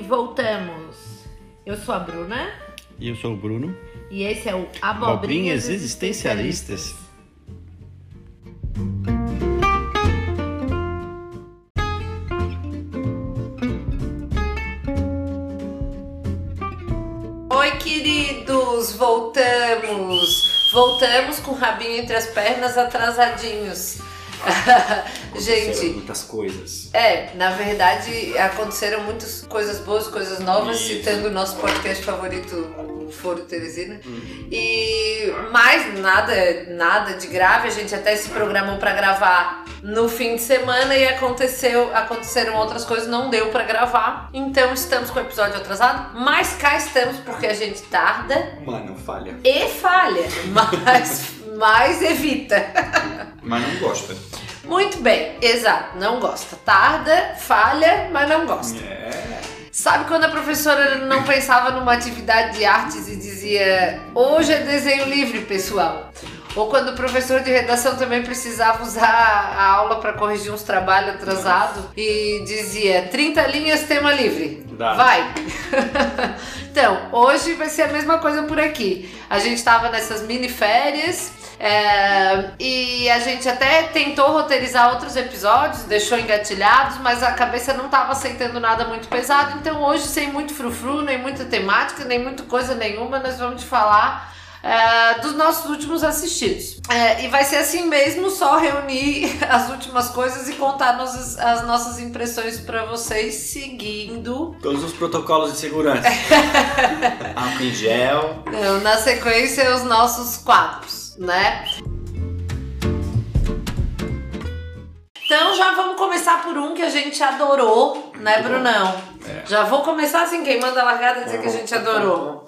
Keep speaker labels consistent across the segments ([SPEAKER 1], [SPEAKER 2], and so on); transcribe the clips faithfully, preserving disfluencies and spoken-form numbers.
[SPEAKER 1] voltamos. Eu sou a Bruna.
[SPEAKER 2] E eu sou o Bruno.
[SPEAKER 1] E esse é o Abobrinhas,
[SPEAKER 2] Abobrinhas Existencialistas.
[SPEAKER 1] Oi, queridos! Voltamos! Voltamos com o rabinho entre as pernas, atrasadinhos. Gente,
[SPEAKER 2] muitas coisas.
[SPEAKER 1] É, na verdade aconteceram muitas coisas boas, coisas novas, Isso. citando o nosso podcast favorito, o Foro Teresina. Uhum. E mais nada, nada de grave. A gente até se programou para gravar no fim de semana e aconteceu, aconteceram outras coisas, não deu para gravar. Então estamos com o episódio atrasado, mas cá estamos porque a gente tarda.
[SPEAKER 2] Mano, falha.
[SPEAKER 1] E falha, mas, mas evita.
[SPEAKER 2] Mas não gosta.
[SPEAKER 1] Muito bem, exato, não gosta. Tarda, falha, mas não gosta.
[SPEAKER 2] É.
[SPEAKER 1] Sabe quando a professora não pensava numa atividade de artes e dizia: hoje é desenho livre, pessoal? Ou quando o professor de redação também precisava usar a aula para corrigir uns trabalhos atrasados e dizia: trinta linhas, tema livre. Dá. Vai! Então, hoje vai ser a mesma coisa por aqui. A gente estava nessas mini férias. É, e a gente até tentou roteirizar outros episódios, deixou engatilhados, mas a cabeça não estava aceitando nada muito pesado. Então hoje, sem muito frufru, nem muita temática, nem muita coisa nenhuma, nós vamos te falar é, dos nossos últimos assistidos. É, e vai ser assim mesmo, só reunir as últimas coisas e contar nos, as nossas impressões para vocês, seguindo
[SPEAKER 2] todos os protocolos de segurança. Álcool em gel.
[SPEAKER 1] Não, na sequência, os nossos quadros, né? Então já vamos começar por um que a gente adorou, né, Brunão? É. Já vou começar assim, quem manda a largada dizer que a gente adorou.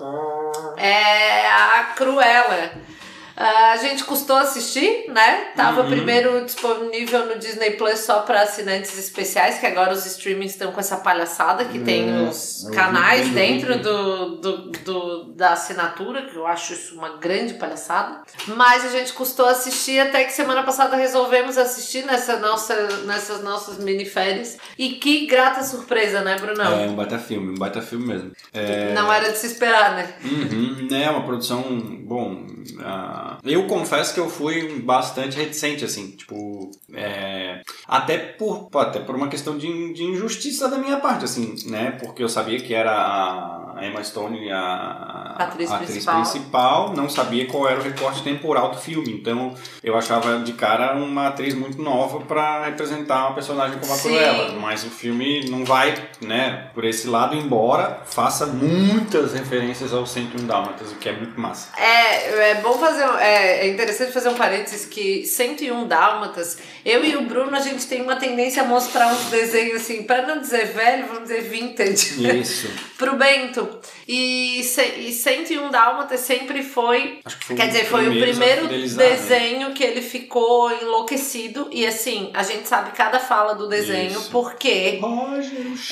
[SPEAKER 1] É a Cruella. A gente custou assistir, né? Tava uhum. primeiro disponível no Disney Plus só para assinantes especiais, que agora os streamings estão com essa palhaçada, que é, tem os canais vi, dentro do, do, do, da assinatura, que eu acho isso uma grande palhaçada. Mas a gente custou assistir, até que semana passada resolvemos assistir nessa nossa, nessas nossas miniférias. E que grata surpresa, né, Brunão?
[SPEAKER 2] É um baita filme, um baita filme mesmo. É...
[SPEAKER 1] Não era de se esperar, né?
[SPEAKER 2] Uhum. É uma produção, bom... Uh... Eu confesso que eu fui bastante reticente, assim, tipo, é, até, por, até por uma questão de, de injustiça da minha parte, assim, né, porque eu sabia que era a Emma Stone a, a
[SPEAKER 1] atriz,
[SPEAKER 2] atriz
[SPEAKER 1] principal.
[SPEAKER 2] principal, não sabia qual era o recorte temporal do filme, então eu achava de cara uma atriz muito nova pra representar uma personagem como a
[SPEAKER 1] Sim.
[SPEAKER 2] Cruella, mas o filme não vai, né, por esse lado, embora faça muitas referências ao cento e um Dálmatas, o que é muito massa.
[SPEAKER 1] É, é bom fazer... É interessante fazer um parênteses que cento e um Dálmatas, eu e o Bruno, a gente tem uma tendência a mostrar uns desenhos assim, para não dizer velho, vamos dizer vintage.
[SPEAKER 2] Isso.
[SPEAKER 1] Pro Bento. E, e cento e um Dálmatas sempre foi,
[SPEAKER 2] Acho que foi
[SPEAKER 1] quer dizer, foi o primeiro desenho, né, que ele ficou enlouquecido. E assim, a gente sabe cada fala do desenho, Isso. porque...
[SPEAKER 2] Roger, o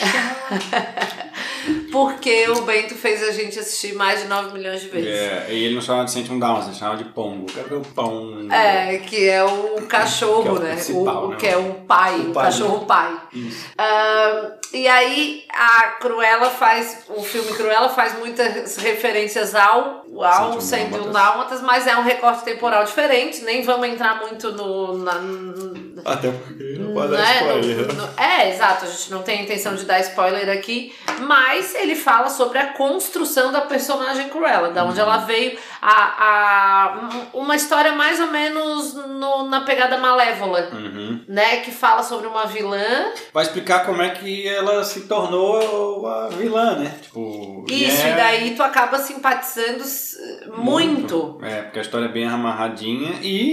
[SPEAKER 2] chá.
[SPEAKER 1] Porque o Bento fez a gente assistir mais de nove milhões de vezes.
[SPEAKER 2] É, e ele não chamava de cento e um Dálmatas, ele chamava de Pongo. Eu quero ver o Pão.
[SPEAKER 1] É, que é o cachorro, que é o né? O,
[SPEAKER 2] né?
[SPEAKER 1] Que é o pai, o, o pai, cachorro pai.
[SPEAKER 2] Isso.
[SPEAKER 1] Uh, e aí a Cruella faz, o filme Cruella faz muitas referências ao, ao cento e um Dálmatas, mas é um recorte temporal diferente, nem vamos entrar muito no... Na, no
[SPEAKER 2] Até porque não pode né? dar spoiler.
[SPEAKER 1] No, no, é, exato, a gente não tem a intenção de dar spoiler aqui, mas ele fala sobre a construção da personagem Cruella, da onde uhum. ela veio, a, a, uma história mais ou menos no, na pegada Malévola,
[SPEAKER 2] uhum.
[SPEAKER 1] né, que fala sobre uma vilã.
[SPEAKER 2] Vai explicar como é que ela se tornou a vilã, né? Tipo,
[SPEAKER 1] Isso,
[SPEAKER 2] é...
[SPEAKER 1] e daí tu acaba simpatizando muito. muito.
[SPEAKER 2] É, porque a história é bem amarradinha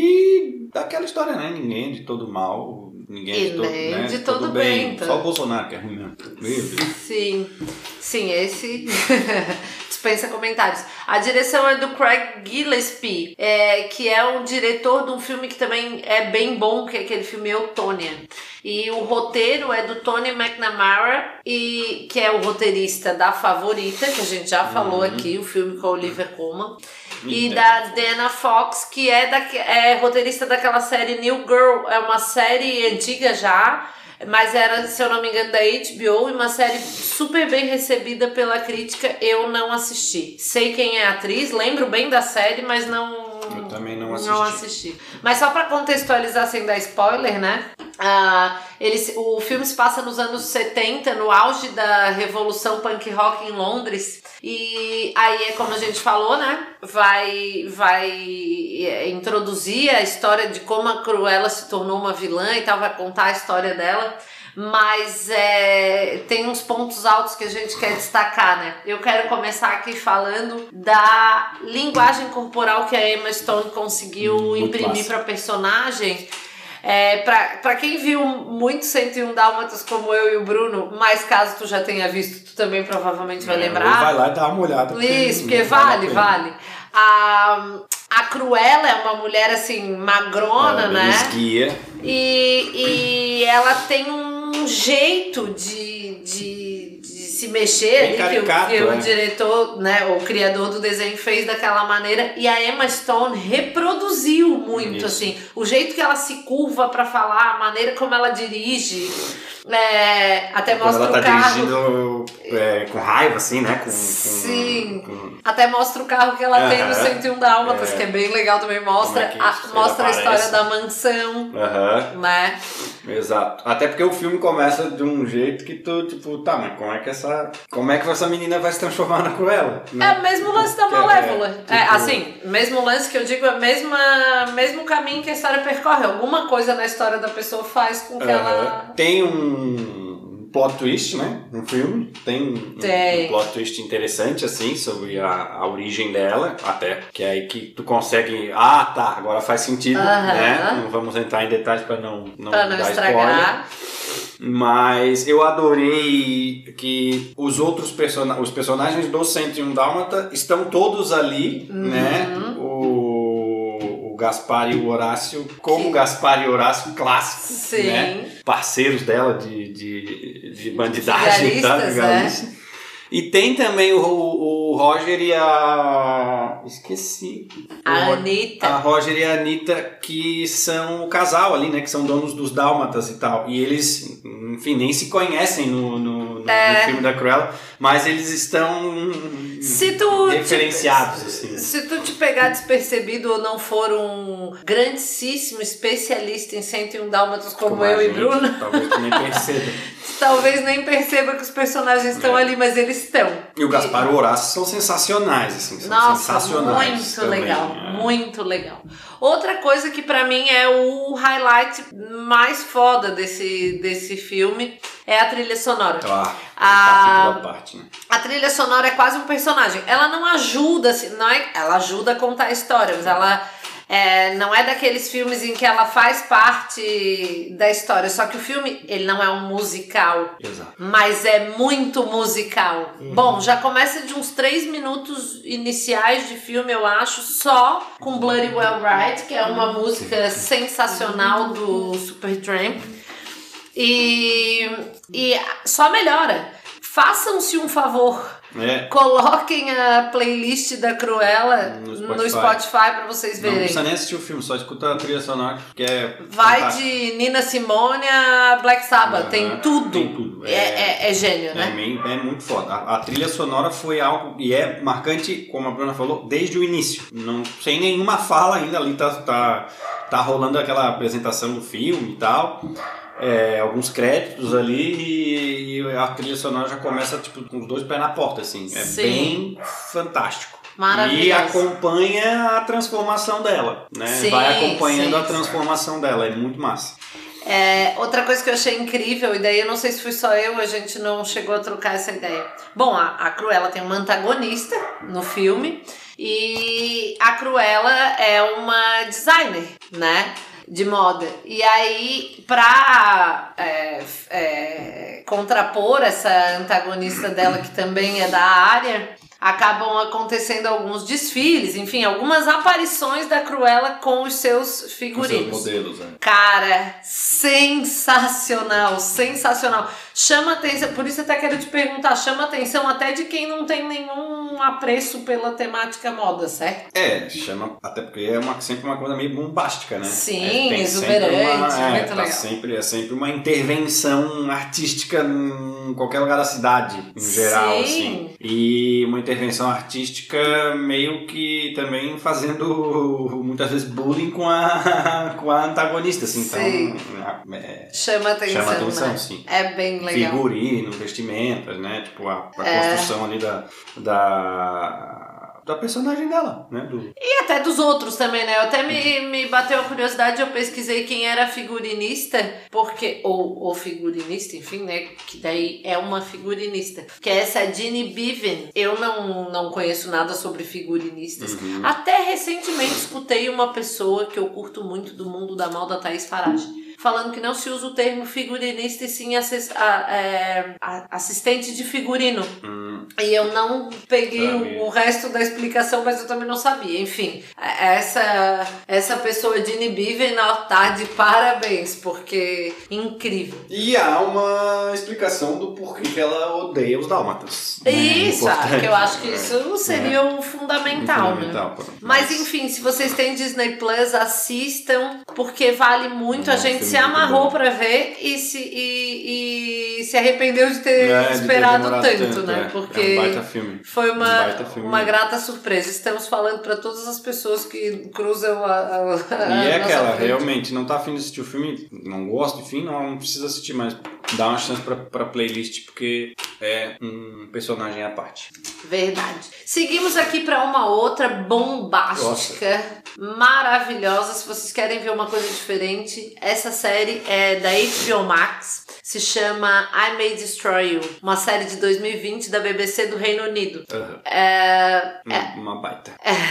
[SPEAKER 2] e daquela história, né? Ninguém de todo mal, ninguém
[SPEAKER 1] e
[SPEAKER 2] de todo,
[SPEAKER 1] nem
[SPEAKER 2] né?
[SPEAKER 1] de todo,
[SPEAKER 2] todo
[SPEAKER 1] bem.
[SPEAKER 2] bem. Então. Só o Bolsonaro que é ruim mesmo. Meu Deus.
[SPEAKER 1] Sim, sim, esse... dispensa comentários. A direção é do Craig Gillespie, é, que é um diretor de um filme que também é bem bom, que é aquele filme Eutônia. E o roteiro é do Tony McNamara, e, que é o roteirista da Favorita, que a gente já falou uhum. aqui, o filme com a Olivia Colman. E da Dana Fox, que é, da, é roteirista daquela série New Girl. É uma série antiga já, mas era, se eu não me engano, da H B O e uma série super bem recebida pela crítica. Eu não assisti. Sei quem é a atriz, lembro bem da série, mas não...
[SPEAKER 2] Eu também não assisti.
[SPEAKER 1] Não assisti. Mas só pra contextualizar sem dar spoiler, né? Ah, ele, o filme se passa nos anos setenta, no auge da revolução punk rock em Londres. E aí é como a gente falou, né? Vai, vai introduzir a história de como a Cruella se tornou uma vilã e tal, vai contar a história dela. Mas é, tem uns pontos altos que a gente quer destacar, né? Eu quero começar aqui falando da linguagem corporal que a Emma Stone conseguiu muito imprimir para personagem. É, pra, pra quem viu muito cento e um Dálmatas como eu e o Bruno, mas caso tu já tenha visto, tu também provavelmente vai é, lembrar.
[SPEAKER 2] Vai lá e dá uma olhada.
[SPEAKER 1] Porque Isso, porque vale, vale. A, a Cruella é uma mulher assim, magrona, é, né?
[SPEAKER 2] Esguia.
[SPEAKER 1] E, e ela tem um jeito de, de, de se mexer ali,
[SPEAKER 2] caricato,
[SPEAKER 1] que, o, que
[SPEAKER 2] é.
[SPEAKER 1] o diretor, né, o criador do desenho fez daquela maneira, e a Emma Stone reproduziu muito, Isso. assim, o jeito que ela se curva pra falar, a maneira como ela dirige, é, até
[SPEAKER 2] Quando
[SPEAKER 1] mostra
[SPEAKER 2] ela tá
[SPEAKER 1] o carro.
[SPEAKER 2] dirigindo é, com raiva, assim, né? Com,
[SPEAKER 1] Sim,
[SPEAKER 2] com, com...
[SPEAKER 1] até mostra o carro que ela uh-huh. tem no cento e um Dálmatas, é. que é bem legal também, mostra, é a, mostra a história da mansão,
[SPEAKER 2] uh-huh.
[SPEAKER 1] né?
[SPEAKER 2] Exato, até porque o filme começa de um jeito que tu, tipo, tá, mas como é que essa, como é que essa menina vai se transformar na Cruella? Né?
[SPEAKER 1] É o mesmo lance da Malévola, é, tipo... é, assim, mesmo lance que eu digo, é o mesmo caminho que a história percorre, alguma coisa na história da pessoa faz com que uh-huh. ela...
[SPEAKER 2] Tem um plot twist, né, no filme, tem, tem. Um, um plot twist interessante, assim, sobre a, a origem dela, até, que é aí que tu consegue, ah, tá, agora faz sentido, uh-huh. né, não vamos entrar em detalhes pra não, não,
[SPEAKER 1] pra não
[SPEAKER 2] dar
[SPEAKER 1] estragar.
[SPEAKER 2] Spoiler. Mas eu adorei que os outros personagens, os personagens do cento e um Dálmata estão todos ali, uhum. né, o, o Gaspar e o Horácio, como que... Gaspar e Horácio clássico,
[SPEAKER 1] Sim.
[SPEAKER 2] né, parceiros dela de, de, de bandidagem, tá?
[SPEAKER 1] É.
[SPEAKER 2] E tem também o, o Roger e a... Esqueci.
[SPEAKER 1] A
[SPEAKER 2] o,
[SPEAKER 1] Anitta.
[SPEAKER 2] A Roger e a Anitta, que são o casal ali, né? Que são donos dos Dálmatas e tal. E eles, enfim, nem se conhecem no, no, no, é. no filme da Cruella. Mas eles estão
[SPEAKER 1] se tu
[SPEAKER 2] referenciados,
[SPEAKER 1] te,
[SPEAKER 2] assim.
[SPEAKER 1] Se tu te pegar despercebido ou não for um grandíssimo especialista em cento e um Dálmatas como, como eu gente, e Bruno...
[SPEAKER 2] Talvez tu nem perceba.
[SPEAKER 1] Talvez nem perceba que os personagens estão é. ali, mas eles estão.
[SPEAKER 2] E o Gaspar e o Horácio são sensacionais, assim, são
[SPEAKER 1] Nossa,
[SPEAKER 2] sensacionais.
[SPEAKER 1] Muito
[SPEAKER 2] também,
[SPEAKER 1] legal,
[SPEAKER 2] é.
[SPEAKER 1] muito legal. Outra coisa que pra mim é o highlight mais foda desse, desse filme é a trilha sonora.
[SPEAKER 2] Claro,
[SPEAKER 1] a,
[SPEAKER 2] a, parte, né?
[SPEAKER 1] a trilha sonora é quase um personagem. Ela não ajuda, não é, ela ajuda a contar a história, mas ela... É, não é daqueles filmes em que ela faz parte da história, só que o filme, ele não é um musical.
[SPEAKER 2] Exato.
[SPEAKER 1] Mas é muito musical. Uhum. Bom, já começa de uns três minutos iniciais de filme, eu acho, só com Bloody Well Right, que é uma música sensacional do Supertramp. E, e só melhora. Façam-se um favor.
[SPEAKER 2] É.
[SPEAKER 1] Coloquem a playlist da Cruella no Spotify, no Spotify pra vocês verem.
[SPEAKER 2] Não precisa nem assistir o filme, só escuta a trilha sonora, que é
[SPEAKER 1] vai
[SPEAKER 2] fantástico.
[SPEAKER 1] De Nina Simone a Black Sabbath, ah, tem tudo.
[SPEAKER 2] Tem tudo.
[SPEAKER 1] É, é, é, é gênio, né?
[SPEAKER 2] É, é muito foda. A, a trilha sonora foi algo, e é marcante, como a Bruna falou, desde o início. Não, sem nenhuma fala ainda, ali tá, tá, tá rolando aquela apresentação do filme e tal. É, alguns créditos ali e a trilha sonora já começa tipo, com os dois pés na porta, assim. É Sim. bem fantástico.
[SPEAKER 1] Maravilhoso.
[SPEAKER 2] E acompanha a transformação dela, né?
[SPEAKER 1] Sim,
[SPEAKER 2] vai acompanhando
[SPEAKER 1] sim,
[SPEAKER 2] a transformação dela, é muito massa.
[SPEAKER 1] É, outra coisa que eu achei incrível, e daí eu não sei se fui só eu, a gente não chegou a trocar essa ideia. Bom, a, a Cruella tem uma antagonista no filme e a Cruella é uma designer, né? De moda. E aí, pra é, é, contrapor essa antagonista dela, que também é da área, acabam acontecendo alguns desfiles, enfim, algumas aparições da Cruella com os seus figurinos.
[SPEAKER 2] Com seus modelos, né?
[SPEAKER 1] Cara, sensacional, sensacional. Chama atenção, por isso até quero te perguntar, chama atenção até de quem não tem nenhum apreço pela temática moda, certo?
[SPEAKER 2] É, chama, até porque é uma, sempre uma coisa meio bombástica, né?
[SPEAKER 1] Sim,
[SPEAKER 2] é,
[SPEAKER 1] exuberante,
[SPEAKER 2] uma, é,
[SPEAKER 1] muito
[SPEAKER 2] tá
[SPEAKER 1] legal.
[SPEAKER 2] Sempre, é sempre uma intervenção artística em qualquer lugar da cidade, em geral,
[SPEAKER 1] Sim.
[SPEAKER 2] assim. E uma intervenção artística meio que também fazendo muitas vezes bullying com a, com a antagonista, assim.
[SPEAKER 1] Sim.
[SPEAKER 2] Então, é,
[SPEAKER 1] chama atenção,
[SPEAKER 2] chama atenção,
[SPEAKER 1] né?
[SPEAKER 2] sim.
[SPEAKER 1] É bem legal.
[SPEAKER 2] Figurino, vestimentas, né? Tipo, a, a
[SPEAKER 1] É.
[SPEAKER 2] construção ali da... da da personagem dela, né? Do...
[SPEAKER 1] E até dos outros também, né? Eu até me, me bateu a curiosidade, eu pesquisei quem era figurinista, porque, ou, ou figurinista, enfim, né? Que daí é uma figurinista. Que é essa Ginny Bevan. Eu não, não conheço nada sobre figurinistas.
[SPEAKER 2] Uhum.
[SPEAKER 1] Até recentemente escutei uma pessoa que eu curto muito do mundo da moda, Thaís Farage, falando que não se usa o termo figurinista e sim assis, a, é, a, assistente de figurino.
[SPEAKER 2] Hum.
[SPEAKER 1] E eu não peguei
[SPEAKER 2] Sabia.
[SPEAKER 1] o, o resto da explicação, mas eu também não sabia. Enfim, essa, essa pessoa, Ginny Bevan, tá de parabéns, porque incrível.
[SPEAKER 2] E há uma explicação do porquê que ela odeia os dálmatas. Né?
[SPEAKER 1] Isso,
[SPEAKER 2] Importante,
[SPEAKER 1] que eu acho que
[SPEAKER 2] né?
[SPEAKER 1] isso seria o fundamental,
[SPEAKER 2] Fundamental,
[SPEAKER 1] né?
[SPEAKER 2] pô.
[SPEAKER 1] Mas enfim, se vocês têm Disney Plus, assistam, porque vale muito.
[SPEAKER 2] É um
[SPEAKER 1] A gente
[SPEAKER 2] filme
[SPEAKER 1] se
[SPEAKER 2] muito
[SPEAKER 1] amarrou
[SPEAKER 2] bom.
[SPEAKER 1] pra ver e se, e, e se arrependeu de ter
[SPEAKER 2] É, de ter
[SPEAKER 1] esperado
[SPEAKER 2] demorado
[SPEAKER 1] tanto,
[SPEAKER 2] tanto,
[SPEAKER 1] né?
[SPEAKER 2] é.
[SPEAKER 1] Porque
[SPEAKER 2] É um baita filme.
[SPEAKER 1] foi
[SPEAKER 2] Um
[SPEAKER 1] uma,
[SPEAKER 2] baita filme
[SPEAKER 1] uma
[SPEAKER 2] mesmo.
[SPEAKER 1] grata surpresa. Estamos falando pra todas as pessoas que cruzam a, a, a
[SPEAKER 2] E é
[SPEAKER 1] nossa
[SPEAKER 2] aquela,
[SPEAKER 1] frente.
[SPEAKER 2] realmente, não tá afim de assistir o filme, não gosta, enfim, não, não precisa assistir, mas dá uma chance pra, pra playlist, porque é um personagem à parte.
[SPEAKER 1] Verdade. Seguimos aqui para uma outra bombástica, maravilhosa. Se vocês querem ver uma coisa diferente, essa série é da H B O Max. Se chama I May Destroy You, uma série de dois mil e vinte da B B C do Reino Unido.
[SPEAKER 2] Uhum.
[SPEAKER 1] É,
[SPEAKER 2] Uma,
[SPEAKER 1] é,
[SPEAKER 2] uma baita.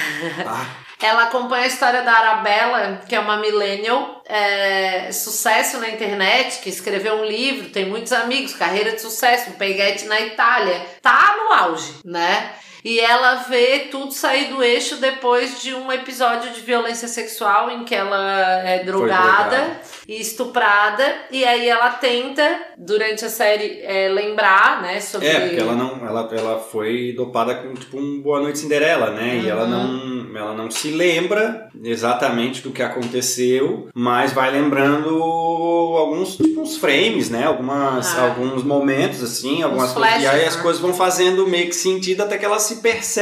[SPEAKER 2] Ah,
[SPEAKER 1] ela acompanha a história da Arabella, que é uma millennial, é, sucesso na internet, que escreveu um livro, tem muitos amigos, carreira de sucesso, um peguete na Itália, tá no auge, né? E ela vê tudo sair do eixo depois de um episódio de violência sexual em que ela é drogada
[SPEAKER 2] drogada.
[SPEAKER 1] e estuprada. E aí ela tenta, durante a série, é, lembrar, né, sobre...
[SPEAKER 2] é, porque ela não, ela, ela foi dopada com tipo um Boa Noite Cinderela, né?
[SPEAKER 1] Uhum.
[SPEAKER 2] E ela não, ela não se lembra exatamente do que aconteceu, mas vai lembrando alguns tipo, uns frames, né? Algumas,
[SPEAKER 1] Ah.
[SPEAKER 2] alguns momentos, assim, algumas
[SPEAKER 1] Uns
[SPEAKER 2] coisas. E aí
[SPEAKER 1] flashes,
[SPEAKER 2] as
[SPEAKER 1] né?
[SPEAKER 2] coisas vão fazendo meio que sentido até que ela se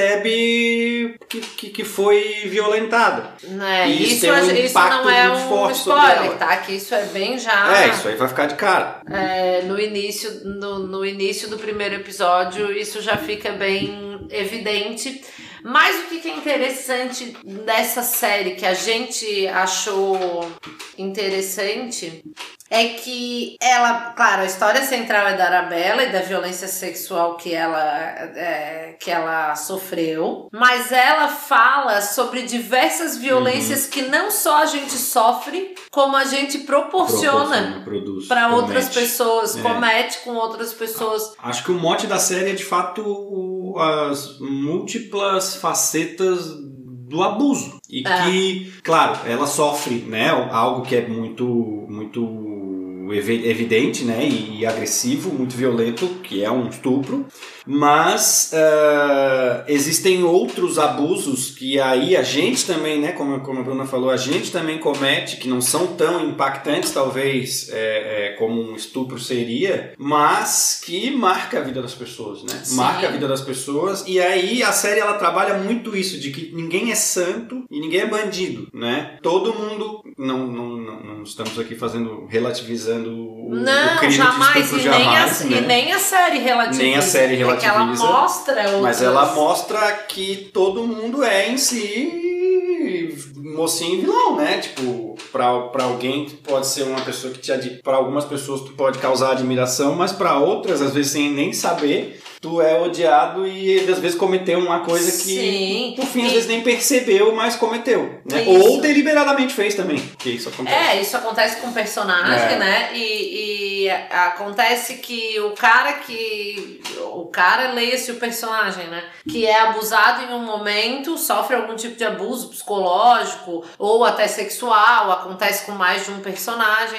[SPEAKER 2] percebe que, que, que foi violentada.
[SPEAKER 1] Né,
[SPEAKER 2] E isso
[SPEAKER 1] isso,
[SPEAKER 2] tem um
[SPEAKER 1] isso
[SPEAKER 2] impacto
[SPEAKER 1] não é
[SPEAKER 2] muito
[SPEAKER 1] um
[SPEAKER 2] forte sobre
[SPEAKER 1] spoiler,
[SPEAKER 2] ela.
[SPEAKER 1] tá? Que isso é bem já...
[SPEAKER 2] É, isso aí vai ficar de cara.
[SPEAKER 1] É, no, início, no, no início do primeiro episódio, isso já fica bem evidente. Mas o que que é interessante dessa série, que a gente achou interessante, é que ela, claro, a história central é da Arabella e da violência sexual que ela, é, que ela sofreu, mas ela fala sobre diversas violências
[SPEAKER 2] Uhum.
[SPEAKER 1] que não só a gente sofre, como a gente proporciona
[SPEAKER 2] produz,
[SPEAKER 1] para outras
[SPEAKER 2] comete.
[SPEAKER 1] pessoas,
[SPEAKER 2] É.
[SPEAKER 1] comete com outras pessoas.
[SPEAKER 2] Acho que o mote da série é de fato o- as múltiplas facetas do abuso. E
[SPEAKER 1] É.
[SPEAKER 2] que, claro, ela sofre, né, algo que é muito, muito evi- evidente, né, e, e agressivo, muito violento, que é um estupro. Mas uh, existem outros abusos que aí a gente também, né, como, como a Bruna falou, a gente também comete, que não são tão impactantes, talvez, é, é, como um estupro seria, mas que marca a vida das pessoas, né?
[SPEAKER 1] Sim.
[SPEAKER 2] Marca a vida das pessoas. E aí a série, ela trabalha muito isso, de que ninguém é santo e ninguém é bandido, né? Todo mundo... Não, não, não, não estamos aqui fazendo, relativizando o,
[SPEAKER 1] Não,
[SPEAKER 2] o crime
[SPEAKER 1] jamais,
[SPEAKER 2] de estupro,
[SPEAKER 1] e,
[SPEAKER 2] jamais,
[SPEAKER 1] nem a,
[SPEAKER 2] né?
[SPEAKER 1] e nem a série relativiza.
[SPEAKER 2] Nem a série
[SPEAKER 1] É que ela
[SPEAKER 2] relativiza,
[SPEAKER 1] mostra outras...
[SPEAKER 2] Mas ela mostra que todo mundo é em si mocinho e vilão, né? Tipo, pra, pra alguém tu pode ser uma pessoa que te... Ad... Pra algumas pessoas tu pode causar admiração, mas pra outras, às vezes sem nem saber, tu é odiado e ele às vezes cometeu uma coisa que,
[SPEAKER 1] Sim.
[SPEAKER 2] por fim,
[SPEAKER 1] e...
[SPEAKER 2] às vezes nem percebeu, mas cometeu. Né?
[SPEAKER 1] Isso.
[SPEAKER 2] Ou deliberadamente fez também, que isso acontece.
[SPEAKER 1] É, isso acontece com o personagem,
[SPEAKER 2] é.
[SPEAKER 1] né? E, e acontece que o cara que... O cara, leia-se o personagem, né? Que é abusado em um momento, sofre algum tipo de abuso psicológico ou até sexual, acontece com mais de um personagem.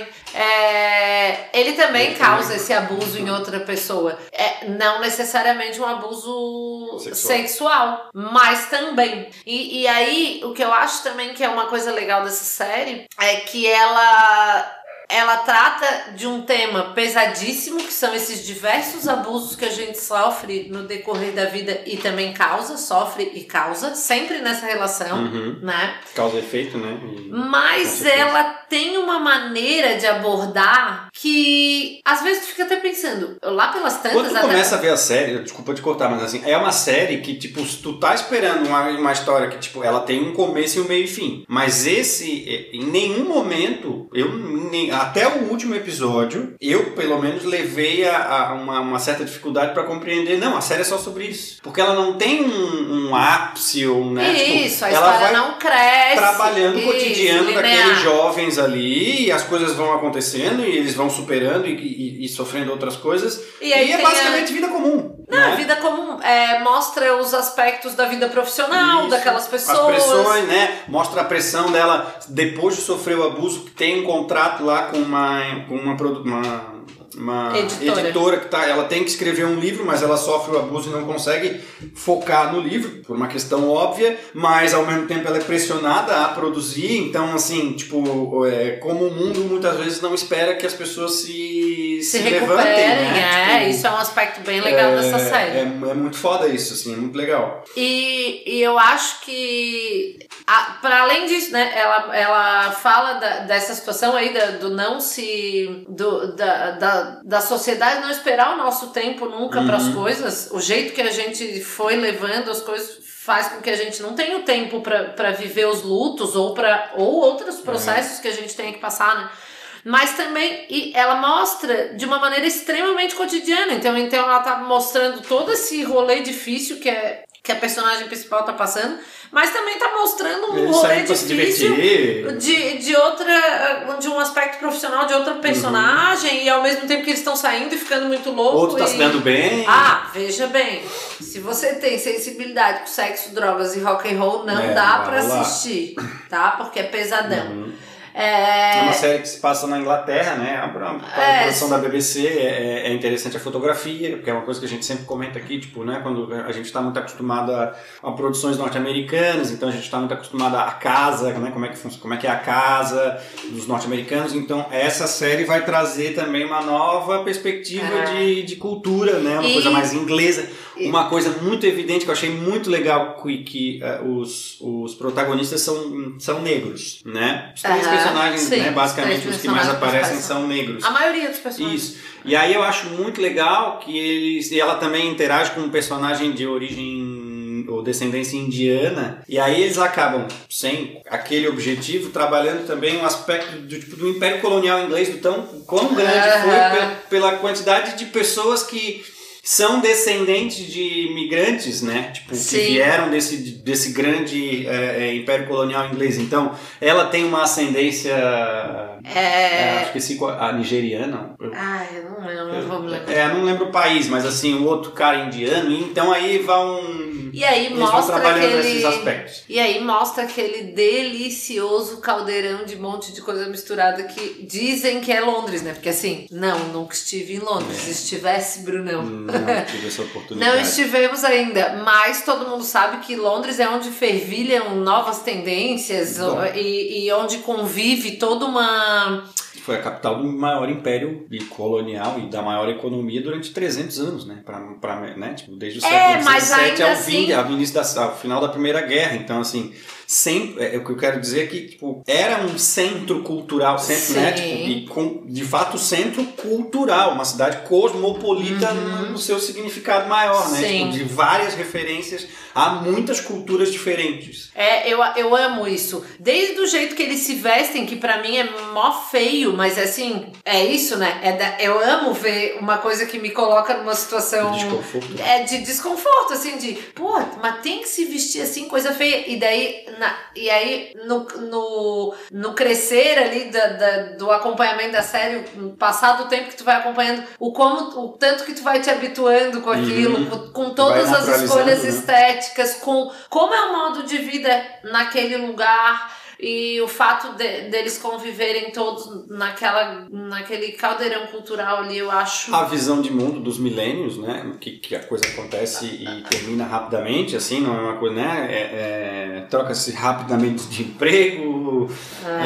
[SPEAKER 1] É, ele também
[SPEAKER 2] ele
[SPEAKER 1] causa
[SPEAKER 2] também.
[SPEAKER 1] esse abuso em outra pessoa. É, não necessariamente um abuso
[SPEAKER 2] Sexual,
[SPEAKER 1] sexual mas também. E, e aí, o que eu acho também que é uma coisa legal dessa série é que ela... Ela trata de um tema pesadíssimo, que são esses diversos abusos que a gente sofre no decorrer da vida e também causa, sofre e causa, sempre nessa relação,
[SPEAKER 2] uhum.
[SPEAKER 1] né?
[SPEAKER 2] Causa e efeito, né? E...
[SPEAKER 1] Mas ela tem uma maneira de abordar que às vezes tu fica até pensando, lá pelas tantas...
[SPEAKER 2] Quando tu
[SPEAKER 1] até...
[SPEAKER 2] começa a ver a série, desculpa te cortar, mas assim, é uma série que, tipo, se tu tá esperando uma, uma história que, tipo, ela tem um começo e um meio e fim, mas esse, em nenhum momento, eu nem, até o último episódio, eu, pelo menos, levei a, a uma, uma certa dificuldade pra compreender, não, a série é só sobre isso, porque ela não tem um, um ápice ou, né,
[SPEAKER 1] isso,
[SPEAKER 2] tipo,
[SPEAKER 1] a
[SPEAKER 2] ela
[SPEAKER 1] história
[SPEAKER 2] vai
[SPEAKER 1] não cresce,
[SPEAKER 2] trabalhando
[SPEAKER 1] isso,
[SPEAKER 2] o cotidiano
[SPEAKER 1] linear.
[SPEAKER 2] daqueles jovens ali, e as coisas vão acontecendo, e eles vão superando e, e, e sofrendo outras coisas,
[SPEAKER 1] e,
[SPEAKER 2] e
[SPEAKER 1] aí
[SPEAKER 2] é
[SPEAKER 1] tem
[SPEAKER 2] basicamente
[SPEAKER 1] a...
[SPEAKER 2] vida comum.
[SPEAKER 1] Não,
[SPEAKER 2] né?
[SPEAKER 1] a vida comum é, mostra os aspectos da vida profissional,
[SPEAKER 2] Isso.
[SPEAKER 1] daquelas pessoas.
[SPEAKER 2] As pressões, né? Mostra a pressão dela depois de sofrer o abuso, que tem um contrato lá com uma, com uma, uma, uma
[SPEAKER 1] editora.
[SPEAKER 2] editora que tá, ela tem que escrever um livro, mas ela sofre o abuso e não consegue focar no livro, por uma questão óbvia, mas ao mesmo tempo ela é pressionada a produzir, então assim, tipo, é, como o mundo muitas vezes não espera que as pessoas se,
[SPEAKER 1] se,
[SPEAKER 2] se
[SPEAKER 1] recuperem,
[SPEAKER 2] levantem, né?
[SPEAKER 1] é,
[SPEAKER 2] Tipo,
[SPEAKER 1] isso é um aspecto bem legal
[SPEAKER 2] é,
[SPEAKER 1] dessa série.
[SPEAKER 2] É, é muito foda isso, assim, é muito legal.
[SPEAKER 1] E, e eu acho que, a, para além disso, né, ela, ela fala da, dessa situação aí da, do não se, do, da, da, da sociedade não esperar o nosso tempo nunca
[SPEAKER 2] uhum.
[SPEAKER 1] para as coisas, o jeito que a gente foi levando as coisas faz com que a gente não tenha o tempo para viver os lutos ou, pra, ou outros processos é. que a gente tenha que passar, né? Mas também e ela mostra de uma maneira extremamente cotidiana. Então, então ela tá mostrando todo esse rolê difícil que, é, que a personagem principal tá passando, mas também tá mostrando um
[SPEAKER 2] Eles
[SPEAKER 1] rolê
[SPEAKER 2] difícil
[SPEAKER 1] de, de outra, de um aspecto profissional de outra personagem, uhum. e ao mesmo tempo que eles estão saindo e ficando muito loucos.
[SPEAKER 2] Outro tá
[SPEAKER 1] e...
[SPEAKER 2] se dando bem.
[SPEAKER 1] Ah, veja bem, se você tem sensibilidade com sexo, drogas e rock and roll, não
[SPEAKER 2] é,
[SPEAKER 1] dá pra
[SPEAKER 2] lá.
[SPEAKER 1] assistir, tá? Porque é pesadão.
[SPEAKER 2] Uhum.
[SPEAKER 1] É...
[SPEAKER 2] é uma série que se passa na Inglaterra, né? A, a, a
[SPEAKER 1] é,
[SPEAKER 2] produção da B B C é, é interessante a fotografia, porque é uma coisa que a gente sempre comenta aqui, tipo, né? Quando a gente está muito acostumado a, a produções norte-americanas, então a gente está muito acostumado a casa, né? Como é que funciona, como é que é a casa dos norte-americanos. Então essa série vai trazer também uma nova perspectiva é. de, de cultura, né? Uma e... coisa mais inglesa. E... Uma coisa muito evidente que eu achei muito legal que, que uh, os, os protagonistas são, são negros, né? Os três uhum. personagens, sim, né, basicamente os que mais aparecem são negros.
[SPEAKER 1] A maioria dos personagens.
[SPEAKER 2] Isso. E aí eu acho muito legal que eles, e ela também interage com um personagem de origem ou descendência indiana, e aí eles acabam, sem aquele objetivo, trabalhando também um aspecto do, tipo, do Império Colonial Inglês, do tão quão grande uhum. foi pela, pela quantidade de pessoas que são descendentes de imigrantes, né? Tipo, Sim. que vieram desse, desse grande é, Império Colonial Inglês. Então, ela tem uma ascendência... É... É, acho que esse, a nigeriana.
[SPEAKER 1] Ah, eu não lembro, eu, vou me lembrar.
[SPEAKER 2] É, não lembro o país, mas assim, o outro cara indiano. Então, aí vão...
[SPEAKER 1] E aí
[SPEAKER 2] eles
[SPEAKER 1] mostra
[SPEAKER 2] vão trabalhando
[SPEAKER 1] aquele,
[SPEAKER 2] esses aspectos.
[SPEAKER 1] E aí mostra aquele delicioso caldeirão de monte de coisa misturada que dizem que é Londres, né? Porque assim, não, nunca estive em Londres. É. Se estivesse, Brunão.
[SPEAKER 2] Não tive essa oportunidade.
[SPEAKER 1] Não estivemos ainda, mas todo mundo sabe que Londres é onde fervilham novas tendências e, e onde convive toda uma...
[SPEAKER 2] Foi a capital do maior império colonial e da maior economia durante trezentos anos, né? Pra, pra, né? Tipo, desde o século dezessete ao,
[SPEAKER 1] assim...
[SPEAKER 2] ao, início da, ao final da Primeira Guerra. Então, assim, sempre, é, o que eu quero dizer é que tipo, era um centro cultural, centro, né? Tipo, e com, de fato, centro cultural, uma cidade cosmopolita uhum. no seu significado maior, né? Tipo, de várias referências a muitas culturas diferentes.
[SPEAKER 1] É, eu, eu amo isso. Desde o jeito que eles se vestem, que pra mim é mó feio, mas assim, é isso, né? É da, eu amo ver uma coisa que me coloca numa situação...
[SPEAKER 2] De desconforto.
[SPEAKER 1] É, de desconforto, assim, de... Pô, mas tem que se vestir assim, coisa feia. E daí, na, e aí, no, no, no crescer ali da, da, do acompanhamento da série, passar do tempo que tu vai acompanhando, o, como, o tanto que tu vai te habituando com aquilo, uhum. com, com todas as escolhas né? estéticas, com como é o modo de vida naquele lugar e o fato de, deles conviverem todos naquela, naquele caldeirão cultural ali, eu acho...
[SPEAKER 2] A visão de mundo dos milênios, né? Que, que a coisa acontece e termina rapidamente, assim, não é uma coisa, né? É, é, troca-se rapidamente de emprego, é.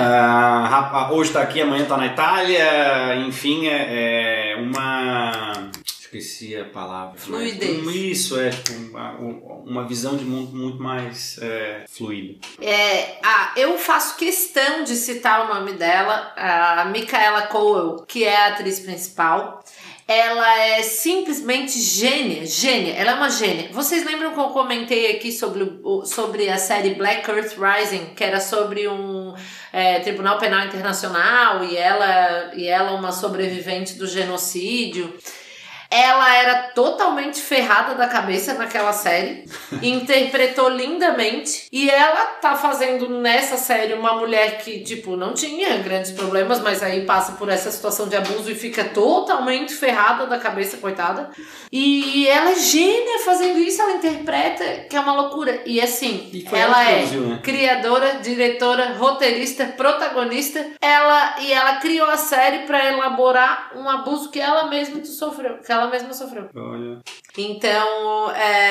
[SPEAKER 2] ah, hoje está aqui, amanhã está na Itália, enfim, é, é uma... Esqueci a palavra.
[SPEAKER 1] Fluidez.
[SPEAKER 2] Mas, isso, é tipo, uma, uma visão de mundo muito mais é, fluida.
[SPEAKER 1] É, ah, eu faço questão de citar o nome dela, a Micaela Coel, que é a atriz principal. Ela é simplesmente gênia, gênia, ela é uma gênia. Vocês lembram que eu comentei aqui sobre, sobre a série Black Earth Rising, que era sobre um é, tribunal penal internacional e ela, e ela uma sobrevivente do genocídio? Ela era totalmente ferrada da cabeça naquela série, interpretou lindamente, e ela tá fazendo nessa série uma mulher que, tipo, não tinha grandes problemas, mas aí passa por essa situação de abuso e fica totalmente ferrada da cabeça, coitada. E ela é gênia fazendo isso, ela interpreta, que é uma loucura. E assim, e ela é né? criadora, diretora, roteirista, protagonista, ela, e ela criou a série pra elaborar um abuso que ela mesma sofreu, que ela mesma sofreu.
[SPEAKER 2] Olha.
[SPEAKER 1] Então,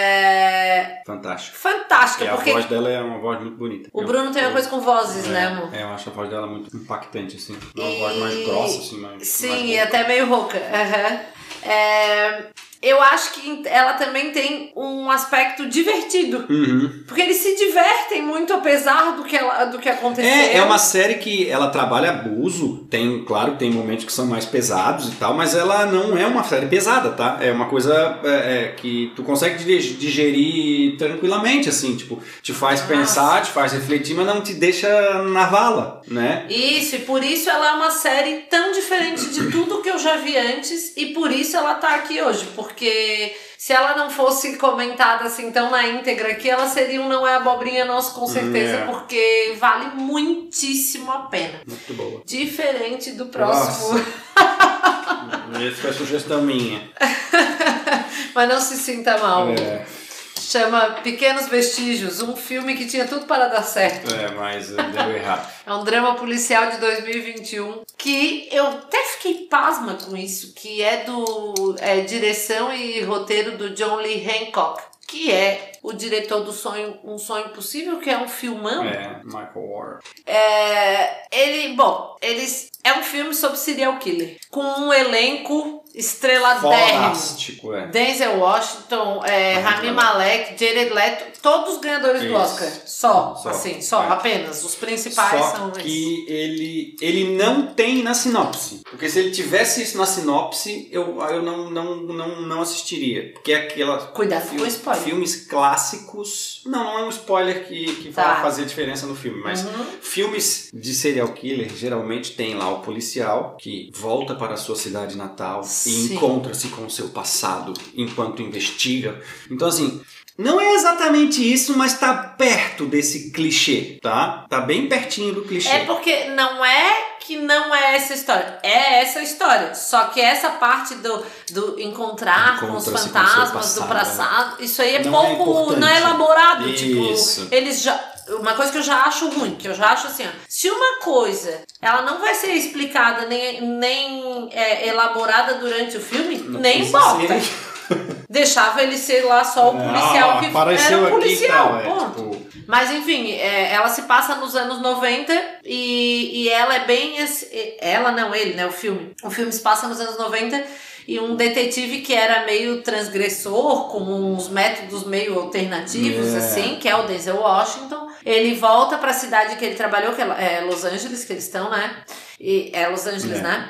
[SPEAKER 1] é...
[SPEAKER 2] Fantástica.
[SPEAKER 1] Fantástica,
[SPEAKER 2] e
[SPEAKER 1] porque...
[SPEAKER 2] a voz dela é uma voz muito bonita.
[SPEAKER 1] O Bruno tem uma coisa com vozes,
[SPEAKER 2] é,
[SPEAKER 1] né, amor?
[SPEAKER 2] É, eu acho a voz dela muito impactante, assim. Uma
[SPEAKER 1] e...
[SPEAKER 2] voz mais grossa, assim, mais...
[SPEAKER 1] Sim,
[SPEAKER 2] mais
[SPEAKER 1] e até meio rouca. Uhum. É... Eu acho que ela também tem um aspecto divertido.
[SPEAKER 2] Uhum.
[SPEAKER 1] Porque eles se divertem muito apesar do que, ela, do que aconteceu.
[SPEAKER 2] É, é uma série que ela trabalha abuso. Tem, claro, tem momentos que são mais pesados e tal, mas ela não é uma série pesada, tá? É uma coisa é, é, que tu consegue digerir tranquilamente, assim. Tipo, te faz Nossa. pensar, te faz refletir, mas não te deixa na vala, né?
[SPEAKER 1] Isso, e por isso ela é uma série tão diferente de tudo que eu já vi antes. E por isso ela tá aqui hoje, porque Porque se ela não fosse comentada assim tão na íntegra aqui, ela seria um Não É Abobrinha Nosso, com certeza, hum, é. porque vale muitíssimo a pena.
[SPEAKER 2] Muito boa.
[SPEAKER 1] Diferente do próximo.
[SPEAKER 2] Essa foi a sugestão minha.
[SPEAKER 1] Mas não se sinta mal.
[SPEAKER 2] É.
[SPEAKER 1] Chama Pequenos Vestígios, um filme que tinha tudo para dar certo.
[SPEAKER 2] É, mas deu errado.
[SPEAKER 1] É um drama policial de dois mil e vinte e um que eu até fiquei pasma com isso, que é do é, direção e roteiro do John Lee Hancock, que é o diretor do sonho, Um Sonho Impossível, que é um filmão.
[SPEAKER 2] É, Michael Ward.
[SPEAKER 1] É, ele, bom, eles, é um filme sobre serial killer, com um elenco estreladérrimo.
[SPEAKER 2] Fantástico, é.
[SPEAKER 1] Denzel Washington, é, Rami Malek, Jared Leto, todos ganhadores Isso. do Oscar. Só, só assim, só, é. apenas. Os principais
[SPEAKER 2] só
[SPEAKER 1] são
[SPEAKER 2] que
[SPEAKER 1] esses.
[SPEAKER 2] ele, ele não tem na sinopse. Porque se ele tivesse isso na sinopse, eu, eu não, não, não, não assistiria. Porque é aquela...
[SPEAKER 1] Cuidado
[SPEAKER 2] filme,
[SPEAKER 1] com o spoiler.
[SPEAKER 2] Filmes clássicos... Não, não é um spoiler que, que tá. vai fazer diferença no filme. Mas uhum. filmes de serial killer geralmente tem lá o policial que volta para a sua cidade natal Sim. e encontra-se com o seu passado enquanto investiga. Então, assim... Não é exatamente isso, mas tá perto desse clichê, tá? Tá bem pertinho do clichê.
[SPEAKER 1] É porque não é que não é essa história. É essa história. Só que essa parte do, do encontrar com os fantasmas, com passado, do passado, é. isso aí é não pouco... É não é elaborado.
[SPEAKER 2] Isso.
[SPEAKER 1] Tipo, eles já... Uma coisa que eu já acho ruim, que eu já acho assim, ó, se uma coisa, ela não vai ser explicada nem, nem é, elaborada durante o filme, não nem bota. Deixava ele ser lá só o policial ah, que era um policial.
[SPEAKER 2] Aqui, tal, é, tipo...
[SPEAKER 1] Mas enfim, é, ela se passa nos anos noventa e, e ela é bem... Ela não, ele, né? O filme. O filme se passa nos anos noventa e um detetive que era meio transgressor, com uns métodos meio alternativos, yeah. assim, que é o Denzel Washington. Ele volta pra cidade que ele trabalhou, que é Los Angeles, que eles estão, né? E é Los Angeles, é. né?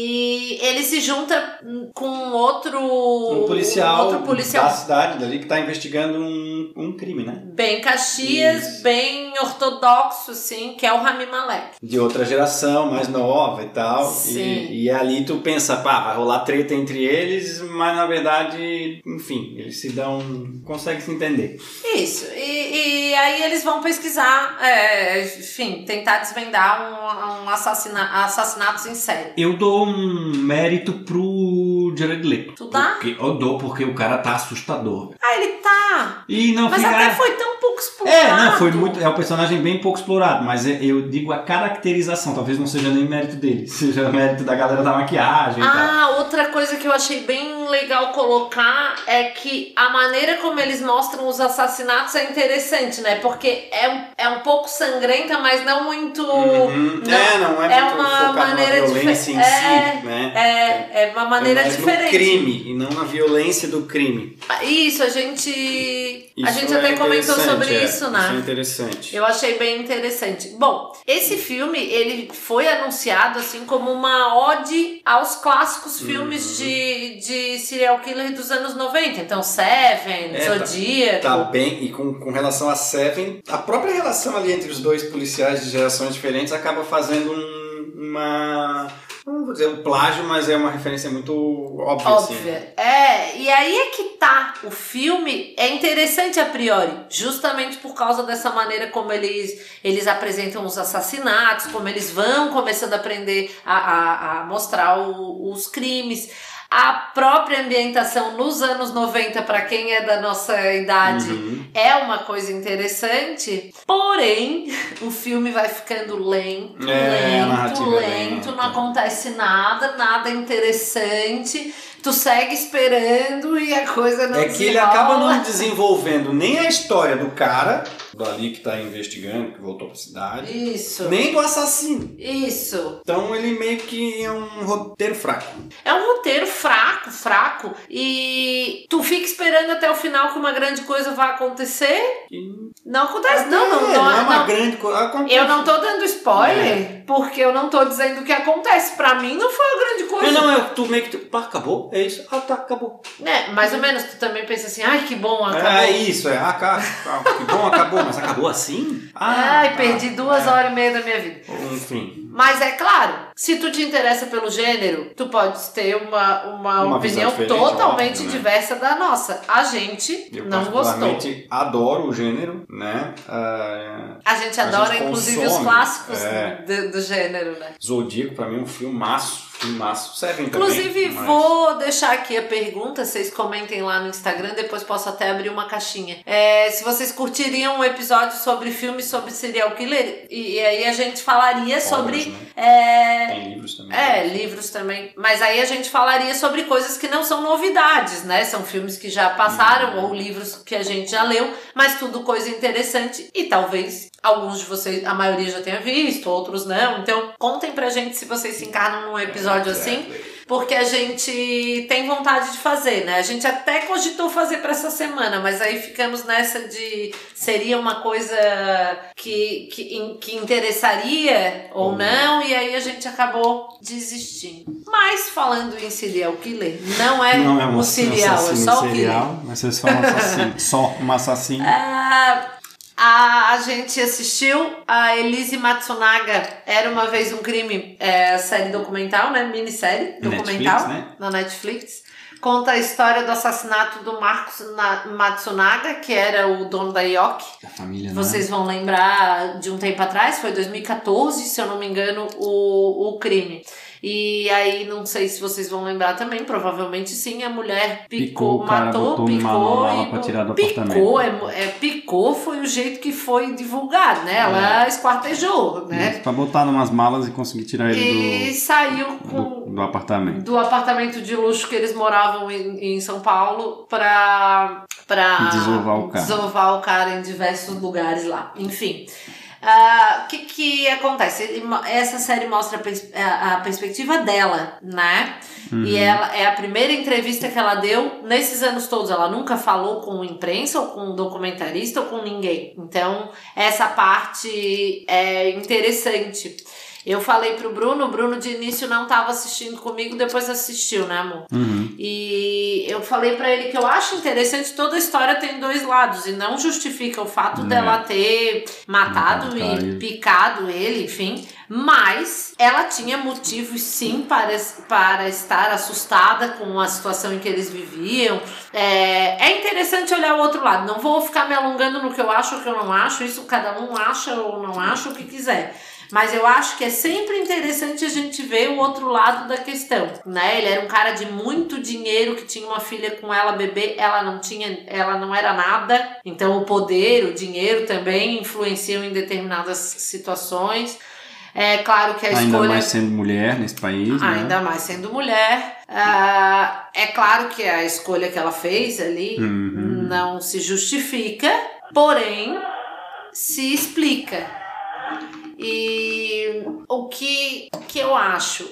[SPEAKER 1] E ele se junta com outro...
[SPEAKER 2] Um policial,
[SPEAKER 1] outro policial
[SPEAKER 2] da cidade dali que tá investigando um, um crime, né?
[SPEAKER 1] Bem Caxias, Isso. bem ortodoxo, assim, que é o Rami Malek.
[SPEAKER 2] De outra geração, mais nova e tal.
[SPEAKER 1] Sim.
[SPEAKER 2] E, e ali tu pensa, pá, vai rolar treta entre eles, mas na verdade, enfim, eles se dão... conseguem se entender.
[SPEAKER 1] Isso. E, e aí eles vão pesquisar, é, enfim, tentar desvendar um, um assassinato assassinatos em série.
[SPEAKER 3] Eu dou um mérito pro Jared Leto.
[SPEAKER 1] Tu dá?
[SPEAKER 3] Porque, eu dou porque o cara tá assustador.
[SPEAKER 1] Ah, ele tá.
[SPEAKER 3] E não
[SPEAKER 1] mas
[SPEAKER 3] fica...
[SPEAKER 1] até foi tão pouco explorado.
[SPEAKER 3] É, não, foi muito... É um personagem bem pouco explorado, mas eu digo a caracterização, talvez não seja nem mérito dele, seja mérito da galera da maquiagem e
[SPEAKER 1] ah,
[SPEAKER 3] tal.
[SPEAKER 1] Ah, outra coisa que eu achei bem legal colocar é que a maneira como eles mostram os assassinatos é interessante, né? Porque é um, é um pouco sangrenta, mas não muito...
[SPEAKER 2] Uhum.
[SPEAKER 1] Não,
[SPEAKER 2] é, não é,
[SPEAKER 1] é
[SPEAKER 2] muito
[SPEAKER 1] uma maneira
[SPEAKER 2] diferente.
[SPEAKER 1] É,
[SPEAKER 2] si, né?
[SPEAKER 1] é, é uma maneira
[SPEAKER 2] é mais
[SPEAKER 1] diferente.
[SPEAKER 2] no crime e não na violência do crime.
[SPEAKER 1] Isso, a gente...
[SPEAKER 2] Isso
[SPEAKER 1] a gente
[SPEAKER 2] é
[SPEAKER 1] até comentou sobre
[SPEAKER 2] é,
[SPEAKER 1] isso, né?
[SPEAKER 2] Isso é interessante.
[SPEAKER 1] Eu achei bem interessante. Bom, esse filme, ele foi anunciado assim como uma ode aos clássicos
[SPEAKER 2] uhum.
[SPEAKER 1] filmes de, de serial killer dos anos noventa. Então, Seven, é, Zodíaco...
[SPEAKER 2] Tá, tá bem, e com, com relação a Seven, a própria relação ali entre os dois policiais de gerações diferentes acaba fazendo um, uma... não vou dizer um plágio, mas é uma referência muito óbvia.
[SPEAKER 1] Óbvia.
[SPEAKER 2] Assim.
[SPEAKER 1] É, e aí é que tá. O filme é interessante a priori, justamente por causa dessa maneira como eles, eles apresentam os assassinatos, como eles vão começando a aprender a, a, a mostrar o, os crimes. A própria ambientação nos anos noventa, para quem é da nossa idade, uhum. é uma coisa interessante. Porém, o filme vai ficando lento,
[SPEAKER 2] é,
[SPEAKER 1] lento, lento. Não acontece nada, nada interessante. Tu segue esperando e a coisa não
[SPEAKER 2] É que
[SPEAKER 1] desenrola.
[SPEAKER 2] ele acaba não desenvolvendo nem a história do cara, do ali que tá investigando, que voltou pra cidade.
[SPEAKER 1] Isso.
[SPEAKER 2] Nem do assassino.
[SPEAKER 1] Isso.
[SPEAKER 2] Então ele meio que é um roteiro fraco.
[SPEAKER 1] É um roteiro fraco, fraco. E tu fica esperando até o final que uma grande coisa vai acontecer. E... não acontece. Não, não, não,
[SPEAKER 2] não é uma
[SPEAKER 1] não.
[SPEAKER 2] grande coisa. Acontece.
[SPEAKER 1] Eu não tô dando spoiler, é. porque eu não tô dizendo o que acontece. Pra mim não foi uma grande coisa.
[SPEAKER 2] Não, não, é tu meio que... pá, acabou. É isso. Ah, tá, acabou.
[SPEAKER 1] É, mais ou menos. Tu também pensa assim, ai, que bom, acabou.
[SPEAKER 2] É isso, é. Ah, que bom, acabou. Mas acabou assim?
[SPEAKER 1] Ah, ai, perdi ah, duas é. horas e meia da minha vida.
[SPEAKER 2] Enfim.
[SPEAKER 1] Mas é claro, se tu te interessa pelo gênero, tu pode ter uma, uma, uma opinião totalmente óbvio, né? diversa da nossa. A gente
[SPEAKER 2] eu
[SPEAKER 1] não gostou.
[SPEAKER 2] Eu adoro o gênero, né? Uh,
[SPEAKER 1] a gente adora, a gente inclusive, consome, os clássicos
[SPEAKER 2] é,
[SPEAKER 1] do, do gênero, né?
[SPEAKER 2] Zodíaco, pra mim, é um filmaço. Filmaço. Seven
[SPEAKER 1] Inclusive,
[SPEAKER 2] também, mas...
[SPEAKER 1] vou deixar aqui a pergunta, vocês comentem lá no Instagram, depois posso até abrir uma caixinha. É, se vocês curtiriam um episódio sobre filmes sobre serial killer, e, e aí a gente falaria Obras, sobre...
[SPEAKER 2] Né?
[SPEAKER 1] É,
[SPEAKER 2] Tem livros também.
[SPEAKER 1] É, livros também. Mas aí a gente falaria sobre coisas que não são novidades, né? São filmes que já passaram uhum. ou livros que a gente já leu, mas tudo coisa interessante e talvez alguns de vocês, a maioria já tenha visto, outros não. Então, contem pra gente se vocês se encarnam num episódio assim, porque a gente tem vontade de fazer, né? A gente até cogitou fazer pra essa semana, mas aí ficamos nessa de seria uma coisa que, que, que interessaria ou uhum. não, e aí a gente acabou desistindo. Mas falando em serial killer, não é,
[SPEAKER 3] não é um
[SPEAKER 1] o serial, é só o killer.
[SPEAKER 3] Mas vocês falam assassino, só um assassino.
[SPEAKER 1] Ah, A, a gente assistiu a Elise Matsunaga, Era Uma Vez Um Crime, é, série documental, né? Minissérie documental,
[SPEAKER 3] Netflix, né?
[SPEAKER 1] na Netflix. Conta a história do assassinato do Marcos Matsunaga, que era o dono da Yoki.
[SPEAKER 3] Da família, né?
[SPEAKER 1] Vocês vão lembrar de um tempo atrás, foi dois mil e catorze, se eu não me engano, o, o crime. E aí, não sei se vocês vão lembrar também, provavelmente sim, a mulher picou,
[SPEAKER 3] picou
[SPEAKER 1] matou, picou e...
[SPEAKER 3] pra tirar do
[SPEAKER 1] picou, é, é, picou foi o jeito que foi divulgado, né? Ela é. esquartejou, né?
[SPEAKER 3] Isso, pra botar numas malas e conseguir tirar ele
[SPEAKER 1] e do... saiu com...
[SPEAKER 3] Do, do apartamento.
[SPEAKER 1] Do apartamento de luxo que eles moravam em, em São Paulo pra... pra
[SPEAKER 3] desovar o cara.
[SPEAKER 1] Desovar o cara em diversos lugares lá. Enfim... O uh, que que acontece? Ele, essa série mostra a, pers a, a perspectiva dela, né? Uhum. E ela é a primeira entrevista que ela deu nesses anos todos. Ela nunca falou com imprensa ou com documentarista ou com ninguém. Então, essa parte é interessante. Eu falei pro Bruno, o Bruno de início não estava assistindo comigo, depois assistiu, né, amor?
[SPEAKER 3] Uhum.
[SPEAKER 1] E eu falei pra ele que eu acho interessante, toda a história tem dois lados, e não justifica o fato é. dela ter matado e ele. picado ele, enfim. Mas ela tinha motivos, sim, para, para estar assustada com a situação em que eles viviam. É, é interessante olhar o outro lado. Não vou ficar me alongando no que eu acho ou que eu não acho. Isso cada um acha ou não acha o que quiser. Mas eu acho que é sempre interessante a gente ver o outro lado da questão, né? Ele era um cara de muito dinheiro, que tinha uma filha com ela, bebê, ela não tinha, ela não era nada. Então o poder, o dinheiro também influenciam em determinadas situações. É claro que a
[SPEAKER 3] ainda
[SPEAKER 1] escolha...
[SPEAKER 3] Ainda mais sendo mulher nesse país, né?
[SPEAKER 1] Ainda mais sendo mulher. Uh, é claro que a escolha que ela fez ali uhum. não se justifica, porém se explica. E o que, que eu acho?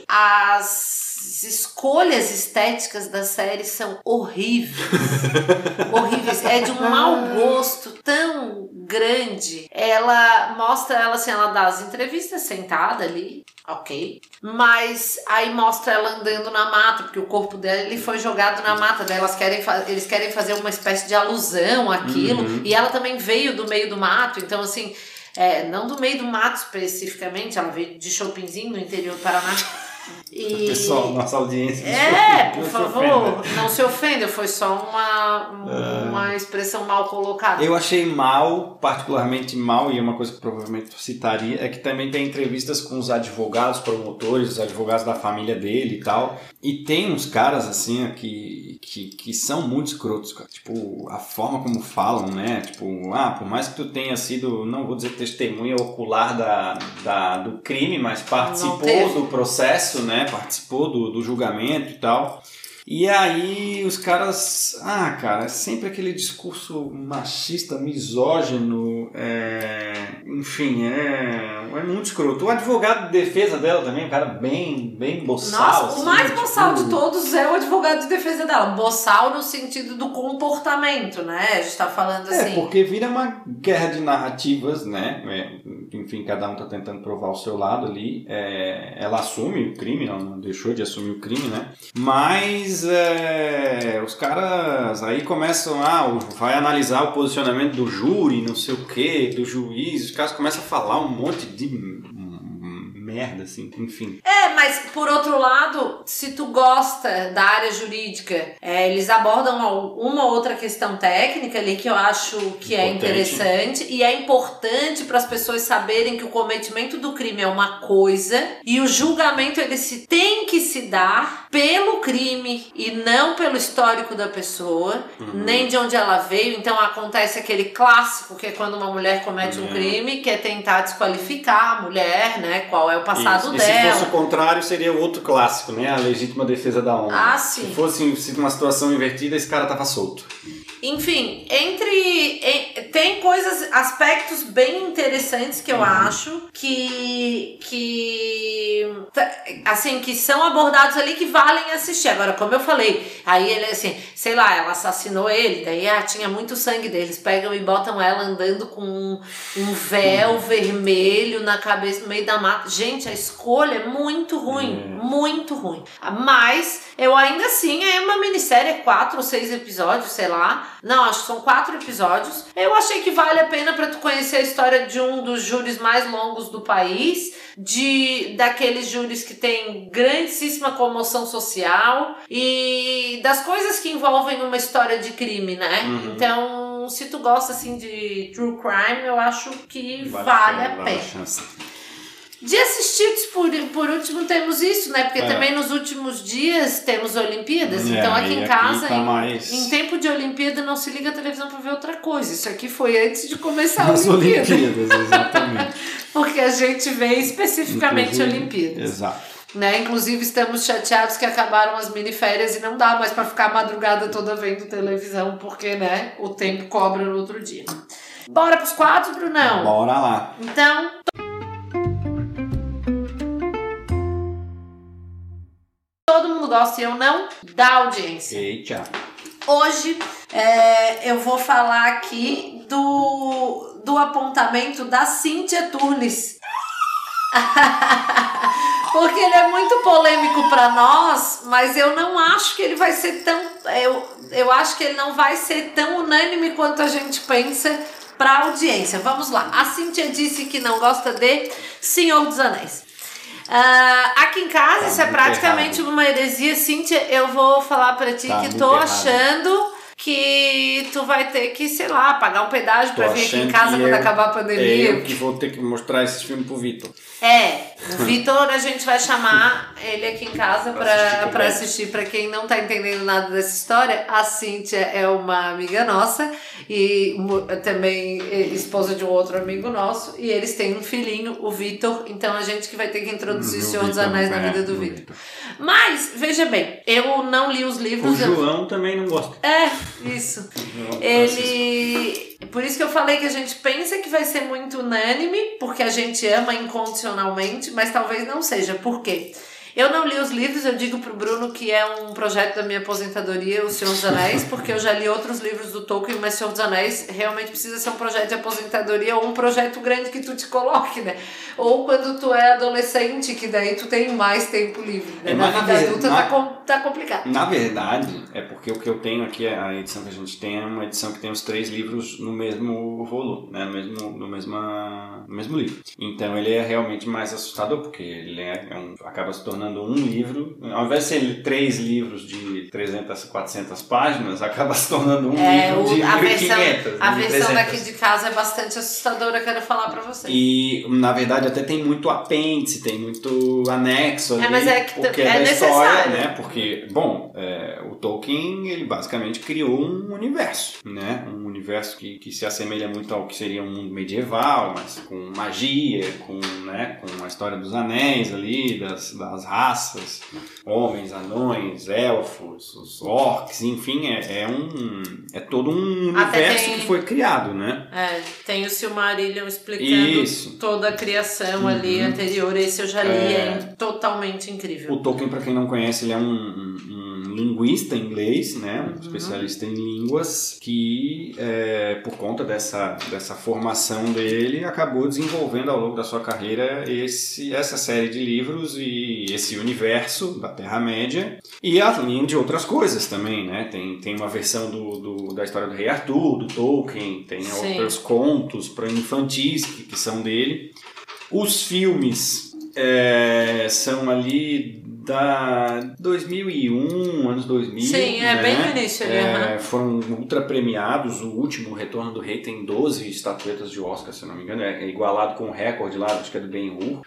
[SPEAKER 1] As escolhas estéticas da série são horríveis. horríveis. É de um mau gosto tão grande. Ela mostra ela assim, ela dá as entrevistas sentada ali, ok. Mas aí mostra ela andando na mata, porque o corpo dela ele foi jogado na mata. Daí elas querem eles querem fazer uma espécie de alusão àquilo. Uhum. E ela também veio do meio do mato, então assim... É, não do meio do mato especificamente, ela veio de Chopinzinho, no interior do Paraná. E...
[SPEAKER 3] Pessoal, nossa audiência.
[SPEAKER 1] É, por favor, não se ofenda, foi só uma, uma expressão mal colocada.
[SPEAKER 2] Eu achei mal, particularmente mal, e é uma coisa que provavelmente tu citaria, é que também tem entrevistas com os advogados, promotores, os advogados da família dele e tal. E tem uns caras assim que, que, que são muito escrotos, cara. Tipo, a forma como falam, né? Tipo, ah, por mais que tu tenha sido, não vou dizer testemunha ocular da, da, do crime, mas participou do processo, né? Participou do, do julgamento e tal. E aí os caras... Ah, cara, é sempre aquele discurso machista, misógino, é, enfim, é, é muito escroto. O advogado de defesa dela também, um cara bem, bem boçal.
[SPEAKER 1] Nossa,
[SPEAKER 2] assim,
[SPEAKER 1] o mais
[SPEAKER 2] tipo...
[SPEAKER 1] boçal de todos é o advogado de defesa dela. Boçal no sentido do comportamento, né? A gente tá falando assim...
[SPEAKER 2] É, porque vira uma guerra de narrativas, né? É, enfim, cada um tá tentando provar o seu lado ali. É, ela assume o crime, ela não deixou de assumir o crime, né? Mas é, os caras aí começam a ah, vai analisar o posicionamento do júri, não sei o que, do juiz, os caras começam a falar um monte de merda, assim, enfim.
[SPEAKER 1] É, mas por outro lado, se tu gosta da área jurídica, é, eles abordam uma ou outra questão técnica ali que eu acho que importante. É interessante e é importante para as pessoas saberem que o cometimento do crime é uma coisa e o julgamento ele se tem que se dar pelo crime e não pelo histórico da pessoa, uhum. nem de onde ela veio. Então acontece aquele clássico que é quando uma mulher comete uhum. um crime, que é tentar desqualificar a mulher, né? Qual é o passado
[SPEAKER 2] Isso.
[SPEAKER 1] dela.
[SPEAKER 2] E se fosse o contrário, seria outro clássico, né? A legítima defesa da honra.
[SPEAKER 1] Ah, sim.
[SPEAKER 2] Se fosse uma situação invertida, esse cara tava solto.
[SPEAKER 1] Enfim, entre em, tem coisas, aspectos bem interessantes que eu uhum. acho que que assim, que são abordados ali que valem assistir. Agora, como eu falei, aí ele assim, sei lá, ela assassinou ele, daí ah, tinha muito sangue deles, pegam e botam ela andando com um, um véu uhum. vermelho na cabeça no meio da mata. Gente, a escolha é muito ruim, uhum. muito ruim. Mas eu ainda assim é uma minissérie, quatro ou seis episódios, sei lá. Não, acho que são quatro episódios. Eu achei que vale a pena pra tu conhecer a história de um dos júris mais longos do país, de daqueles júris que tem grandíssima comoção social e das coisas que envolvem uma história de crime, né? Uhum. Então, se tu gosta assim de true crime, eu acho que vale, vale a pena. Vale a chance. De assistidos, por, por último, temos isso, né? Porque é. também nos últimos dias temos Olimpíadas. É, então aqui em casa, aqui tá em, mais... em tempo de Olimpíada, não se liga a televisão pra ver outra coisa. Isso aqui foi antes de começar a Olimpíada. As Olimpíadas, exatamente. Porque a gente vê especificamente Inclusive, Olimpíadas.
[SPEAKER 2] Exato.
[SPEAKER 1] Né? Inclusive estamos chateados que acabaram as miniférias e não dá mais pra ficar a madrugada toda vendo televisão, porque né, o tempo cobra no outro dia. Bora pros quadros, Brunão?
[SPEAKER 3] Bora lá.
[SPEAKER 1] Então... Todo mundo gosta e eu não, da audiência.
[SPEAKER 3] Eita.
[SPEAKER 1] Hoje é, eu vou falar aqui do, do apontamento da Cíntia Turnes. Porque ele é muito polêmico para nós, mas eu não acho que ele vai ser tão... Eu, eu acho que ele não vai ser tão unânime quanto a gente pensa para a audiência. Vamos lá. A Cíntia disse que não gosta de Senhor dos Anéis. Uh, aqui em casa, tá, isso é praticamente errado. Uma heresia. Cíntia, eu vou falar pra ti, tá, que tô errado. achando que tu vai ter que, sei lá, pagar um pedágio tô pra vir aqui em casa quando eu, acabar a pandemia.
[SPEAKER 2] É eu que vou ter que mostrar esse filme pro Vitor.
[SPEAKER 1] É, o Vitor a gente vai chamar ele aqui em casa pra, pra, assistir, pra assistir. Pra quem não tá entendendo nada dessa história, a Cíntia é uma amiga nossa e também esposa de um outro amigo nosso, e eles têm um filhinho, o Vitor, então a gente que vai ter que introduzir o Senhor dos Anéis na vida do Vitor. Mas, veja bem, eu não li os livros.
[SPEAKER 3] O João eu... também não gosta.
[SPEAKER 1] É, isso. Ele... Por isso que eu falei que a gente pensa que vai ser muito unânime, porque a gente ama incondicionalmente, mas talvez não seja. Por quê? Eu não li os livros, eu digo pro Bruno que é um projeto da minha aposentadoria, O Senhor dos Anéis, porque eu já li outros livros do Tolkien, mas O Senhor dos Anéis realmente precisa ser um projeto de aposentadoria ou um projeto grande que tu te coloque, né? Ou quando tu é adolescente, que daí tu tem mais tempo livre, né? É, na vida ver, adulta na, tá, com, tá complicado.
[SPEAKER 2] Na verdade, é porque o que eu tenho aqui, a edição que a gente tem é uma edição que tem os três livros no mesmo volume, né? No mesmo, no mesma, no mesmo livro. Então ele é realmente mais assustador, porque ele é, é um, acaba se tornando um livro, ao invés de ser três livros de trezentas, quatrocentas páginas, acaba se tornando um
[SPEAKER 1] é,
[SPEAKER 2] livro de
[SPEAKER 1] a
[SPEAKER 2] mil e
[SPEAKER 1] versão,
[SPEAKER 2] quinhentas.
[SPEAKER 1] A versão daqui de casa é bastante assustadora, quero falar pra vocês.
[SPEAKER 2] E, na verdade, até tem muito apêndice, tem muito anexo ali,
[SPEAKER 1] é, mas é que
[SPEAKER 2] porque
[SPEAKER 1] é,
[SPEAKER 2] é da
[SPEAKER 1] necessário.
[SPEAKER 2] História, né? Porque, bom, é, o Tolkien, ele basicamente criou um universo, né? Um universo que, que se assemelha muito ao que seria um mundo medieval, mas com magia, com, né, com a história dos anéis ali, das, das raças, homens, anões, elfos, os orcs, enfim, é, é um é todo um universo tem, que foi criado, né?
[SPEAKER 1] É, tem o Silmarillion explicando
[SPEAKER 2] Isso.
[SPEAKER 1] toda a criação uhum. ali anterior, esse eu já li, é, é totalmente incrível.
[SPEAKER 2] O Tolkien, para quem não conhece, ele é um, um, um linguista inglês, né? Um uhum. especialista em línguas que, é, por conta dessa, dessa formação dele, acabou desenvolvendo ao longo da sua carreira esse, essa série de livros e esse universo da Terra-média, e além de outras coisas também, né? Tem, tem uma versão do, do, da história do Rei Arthur, do Tolkien, tem Sim. outros contos para infantis que, que são dele. Os filmes é, são ali da dois mil e um, anos dois mil.
[SPEAKER 1] Sim, é né? bem no início ali.
[SPEAKER 2] É, uhum. Foram ultra premiados. O último, O Retorno do Rei, tem doze estatuetas de Oscar, se eu não me engano. É igualado com o recorde lá, acho que é do Ben-Hur.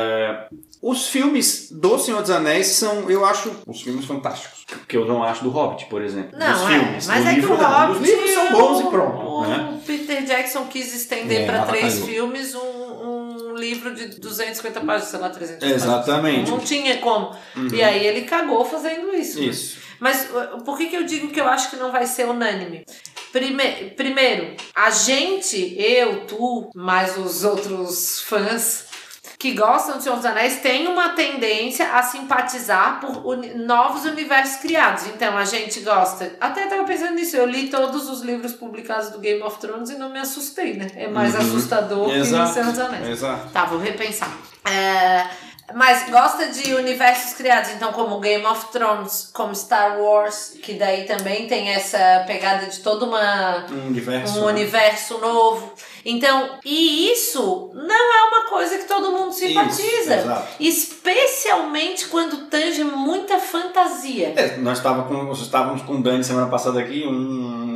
[SPEAKER 2] É, os filmes do Senhor dos Anéis são, eu acho, os filmes fantásticos. Que eu não acho do Hobbit, por exemplo.
[SPEAKER 1] Não,
[SPEAKER 2] os
[SPEAKER 1] é,
[SPEAKER 2] filmes.
[SPEAKER 1] mas
[SPEAKER 2] do
[SPEAKER 1] é
[SPEAKER 2] livro,
[SPEAKER 1] que o Hobbit...
[SPEAKER 2] Os livros são bons e pronto.
[SPEAKER 1] O,
[SPEAKER 2] né?
[SPEAKER 1] o Peter Jackson quis estender é, para três caiu. filmes um... um livro de duzentas e cinquenta páginas, sei lá, trezentas
[SPEAKER 2] Exatamente.
[SPEAKER 1] páginas. Não tinha como. Uhum. E aí ele cagou fazendo isso.
[SPEAKER 2] Isso.
[SPEAKER 1] Mas por que que eu digo que eu acho que não vai ser unânime? Prime- primeiro, a gente, eu, tu, mais os outros fãs que gostam do Senhor dos Anéis têm uma tendência a simpatizar por uni- novos universos criados. Então a gente gosta... Até estava pensando nisso. Eu li todos os livros publicados do Game of Thrones e não me assustei, né? É mais uhum. assustador Exato. que o Senhor dos Anéis.
[SPEAKER 2] Exato.
[SPEAKER 1] Tá, vou repensar. É... Mas gosta de universos criados, então como Game of Thrones, como Star Wars, que daí também tem essa pegada de todo uma,
[SPEAKER 2] um, universo,
[SPEAKER 1] um
[SPEAKER 2] né?
[SPEAKER 1] universo novo. Então, e isso não é uma coisa que todo mundo simpatiza. Isso, especialmente quando tange muita fantasia.
[SPEAKER 2] É, nós estávamos com, nós estávamos com o Dani semana passada aqui, um...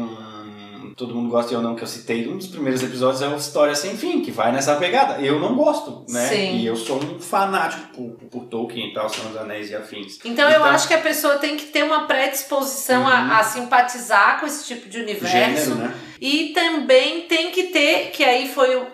[SPEAKER 2] Todo mundo gosta e eu não, que eu citei, um dos primeiros episódios é o História Sem Fim, que vai nessa pegada. Eu não gosto, né?
[SPEAKER 1] Sim.
[SPEAKER 2] E eu sou um fanático por, por Tolkien e tal, Senhor dos Anéis e afins.
[SPEAKER 1] Então, então eu acho que a pessoa tem que ter uma predisposição uhum. a, a simpatizar com esse tipo de universo.
[SPEAKER 2] Gênero, né?
[SPEAKER 1] E também tem que ter, que aí foi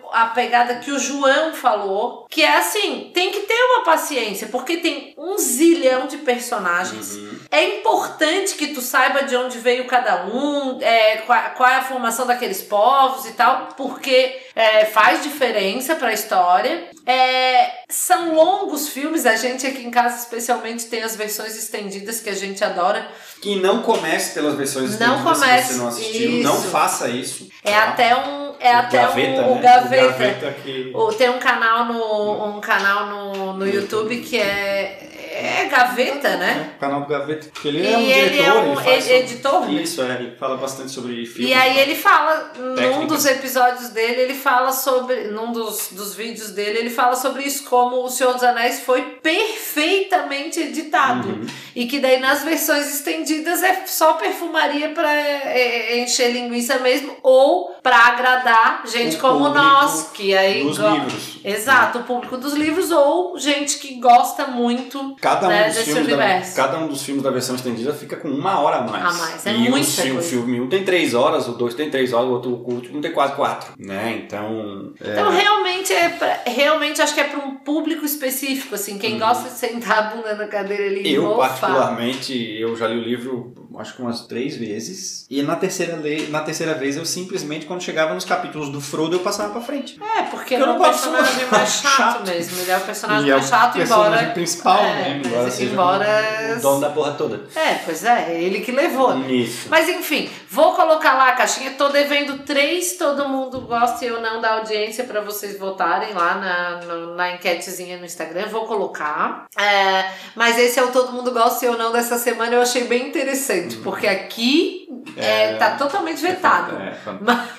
[SPEAKER 1] a pegada que o João falou, que é assim, tem que ter uma paciência, porque tem um zilhão de personagens. Uhum. É importante que tu saiba de onde veio cada um, é, qual, qual é a formação daqueles povos e tal, porque é, faz diferença pra história. É, são longos filmes, a gente aqui em casa especialmente tem as versões estendidas que a gente adora.
[SPEAKER 2] Que não comece pelas versões estendidas
[SPEAKER 1] não comece,
[SPEAKER 2] se você não assistiu,
[SPEAKER 1] isso.
[SPEAKER 2] Não faça isso.
[SPEAKER 1] É
[SPEAKER 2] tá?
[SPEAKER 1] até um é
[SPEAKER 2] o
[SPEAKER 1] até
[SPEAKER 2] Gaveta,
[SPEAKER 1] um,
[SPEAKER 2] né?
[SPEAKER 1] o Gaveta,
[SPEAKER 2] o Gaveta que...
[SPEAKER 1] o, tem um canal no um canal no, no YouTube que é é Gaveta, né?
[SPEAKER 2] É, o canal do Gaveta, porque ele
[SPEAKER 1] e
[SPEAKER 2] é um
[SPEAKER 1] ele
[SPEAKER 2] diretor,
[SPEAKER 1] é um
[SPEAKER 2] ele faz
[SPEAKER 1] ed- editor,
[SPEAKER 2] sobre... Isso, é, ele fala bastante sobre filmes.
[SPEAKER 1] E aí ele fala,
[SPEAKER 2] técnicas.
[SPEAKER 1] num dos episódios dele, ele fala sobre, num dos, dos vídeos dele, ele fala sobre isso, como O Senhor dos Anéis foi perfeitamente editado. Uhum. E que daí nas versões estendidas é só perfumaria pra é, encher linguiça mesmo, ou pra agradar gente
[SPEAKER 2] o
[SPEAKER 1] como nós, que aí...
[SPEAKER 2] dos
[SPEAKER 1] go...
[SPEAKER 2] livros.
[SPEAKER 1] Exato, o público dos livros, ou gente que gosta muito,
[SPEAKER 2] cada um,
[SPEAKER 1] né,
[SPEAKER 2] dos
[SPEAKER 1] desse
[SPEAKER 2] filmes
[SPEAKER 1] universo.
[SPEAKER 2] Da, cada um dos filmes da versão estendida fica com uma hora a mais.
[SPEAKER 1] A mais, é
[SPEAKER 2] e
[SPEAKER 1] muita
[SPEAKER 2] o filme,
[SPEAKER 1] coisa.
[SPEAKER 2] O filme um tem três horas, o dois tem três horas, o outro o último tem quase quatro, né? Então... É...
[SPEAKER 1] Então realmente, é pra, realmente acho que é para um público específico, assim, quem hum. gosta de sentar a bunda na cadeira ali e
[SPEAKER 2] Eu,
[SPEAKER 1] mofar.
[SPEAKER 2] particularmente, eu já li o livro acho que umas três vezes, e na terceira, le... na terceira vez eu simplesmente, quando chegava nos capítulos do Frodo, eu passava pra frente.
[SPEAKER 1] É, porque
[SPEAKER 2] eu
[SPEAKER 1] ele é o personagem mais chato, chato mesmo, ele é o personagem
[SPEAKER 2] e
[SPEAKER 1] mais chato,
[SPEAKER 2] embora... é o personagem principal,
[SPEAKER 1] é,
[SPEAKER 2] né? Embora seja
[SPEAKER 1] embora...
[SPEAKER 2] o dono da porra toda.
[SPEAKER 1] É, pois é, é ele que levou. Né?
[SPEAKER 2] Isso.
[SPEAKER 1] Mas enfim, vou colocar lá a caixinha, tô devendo três, todo mundo gosta e eu não da audiência pra vocês votarem lá na, na, na enquetezinha no Instagram, vou colocar. É, mas esse é o todo mundo gosta e eu não dessa semana, eu achei bem interessante, hum. porque aqui é, é, tá totalmente vetado. É, é, mas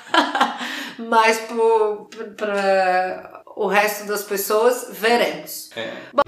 [SPEAKER 1] mas pro, pra o resto das pessoas, veremos.
[SPEAKER 2] É.
[SPEAKER 1] Bom,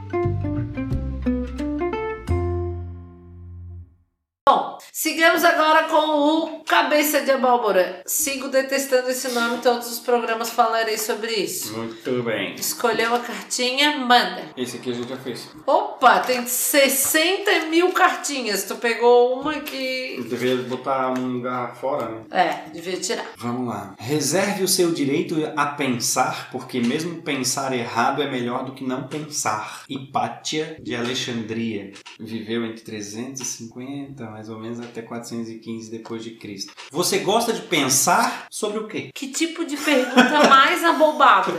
[SPEAKER 1] Bom, sigamos agora com o Cabeça de Abóbora. Sigo detestando esse nome, todos os programas falarei sobre isso.
[SPEAKER 2] Muito bem.
[SPEAKER 1] Escolheu a cartinha, manda.
[SPEAKER 2] Esse aqui a gente já fez.
[SPEAKER 1] Opa, tem sessenta mil cartinhas. Tu pegou uma que...
[SPEAKER 2] Eu deveria botar um lugar fora, né?
[SPEAKER 1] É, devia tirar.
[SPEAKER 2] Vamos lá. Reserve o seu direito a pensar, porque mesmo pensar errado é melhor do que não pensar. Hipátia de Alexandria. Viveu entre trezentos e cinquenta... mais ou menos até quatrocentos e quinze depois de Cristo. Você gosta de pensar sobre o quê?
[SPEAKER 1] Que tipo de pergunta mais abobada?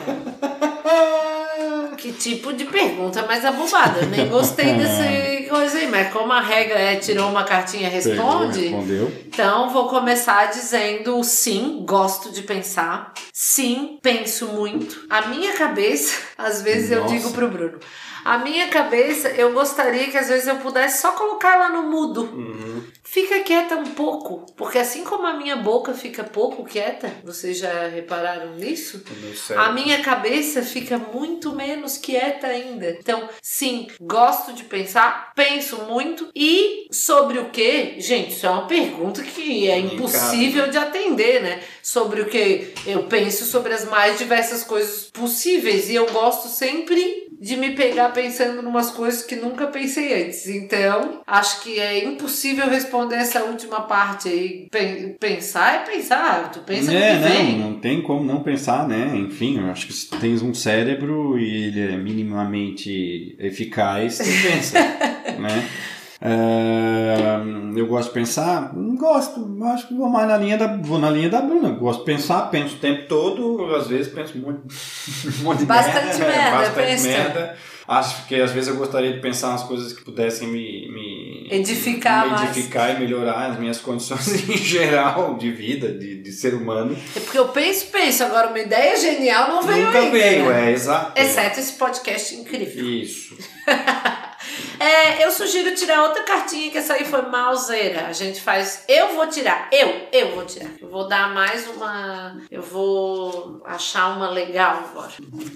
[SPEAKER 1] Que tipo de pergunta mais abobada? Eu nem gostei dessa coisa aí, mas como a regra é tirou uma cartinha, responde.
[SPEAKER 2] Respondeu.
[SPEAKER 1] Então vou começar dizendo sim, gosto de pensar. Sim, penso muito. A minha cabeça, às vezes Nossa. eu digo pro Bruno, a minha cabeça, eu gostaria que às vezes eu pudesse só colocar ela no mudo.
[SPEAKER 2] Uhum.
[SPEAKER 1] Fica quieta um pouco, porque assim como a minha boca fica pouco quieta, vocês já repararam nisso? A minha cabeça fica muito menos quieta ainda. Então, sim, gosto de pensar, penso muito. E sobre o que? Gente, isso é uma pergunta que é impossível de atender, né? Sobre o que eu penso sobre as mais diversas coisas possíveis. E eu gosto sempre de me pegar pensando em umas coisas que nunca pensei antes. Então, acho que é impossível responder essa última parte aí. Pensar é pensar, tu pensa
[SPEAKER 3] é,
[SPEAKER 1] no que vem.
[SPEAKER 3] Não, não tem como não pensar, né? Enfim, eu acho que se tu tens um cérebro e ele é minimamente eficaz, tu pensa, né? Uh, eu gosto de pensar, não gosto, acho que vou mais na linha da, vou na linha da Bruna. Gosto de pensar, penso o tempo todo, às vezes penso muito, um monte de
[SPEAKER 1] bastante merda, merda
[SPEAKER 3] bastante
[SPEAKER 1] penso.
[SPEAKER 3] merda. Acho que às vezes eu gostaria de pensar nas coisas que pudessem me, me
[SPEAKER 1] edificar,
[SPEAKER 3] me
[SPEAKER 1] mais.
[SPEAKER 3] edificar e melhorar as minhas condições em geral de vida, de, de ser humano.
[SPEAKER 1] É porque eu penso, penso, agora uma ideia genial não veio
[SPEAKER 3] Nunca
[SPEAKER 1] ainda,
[SPEAKER 3] veio,
[SPEAKER 1] né?
[SPEAKER 3] é, exato.
[SPEAKER 1] Exceto esse podcast incrível.
[SPEAKER 3] Isso.
[SPEAKER 1] É, eu sugiro tirar outra cartinha, que essa aí foi malzeira. A gente faz, eu vou tirar, eu, eu vou tirar. Eu vou dar mais uma, eu vou achar uma legal agora.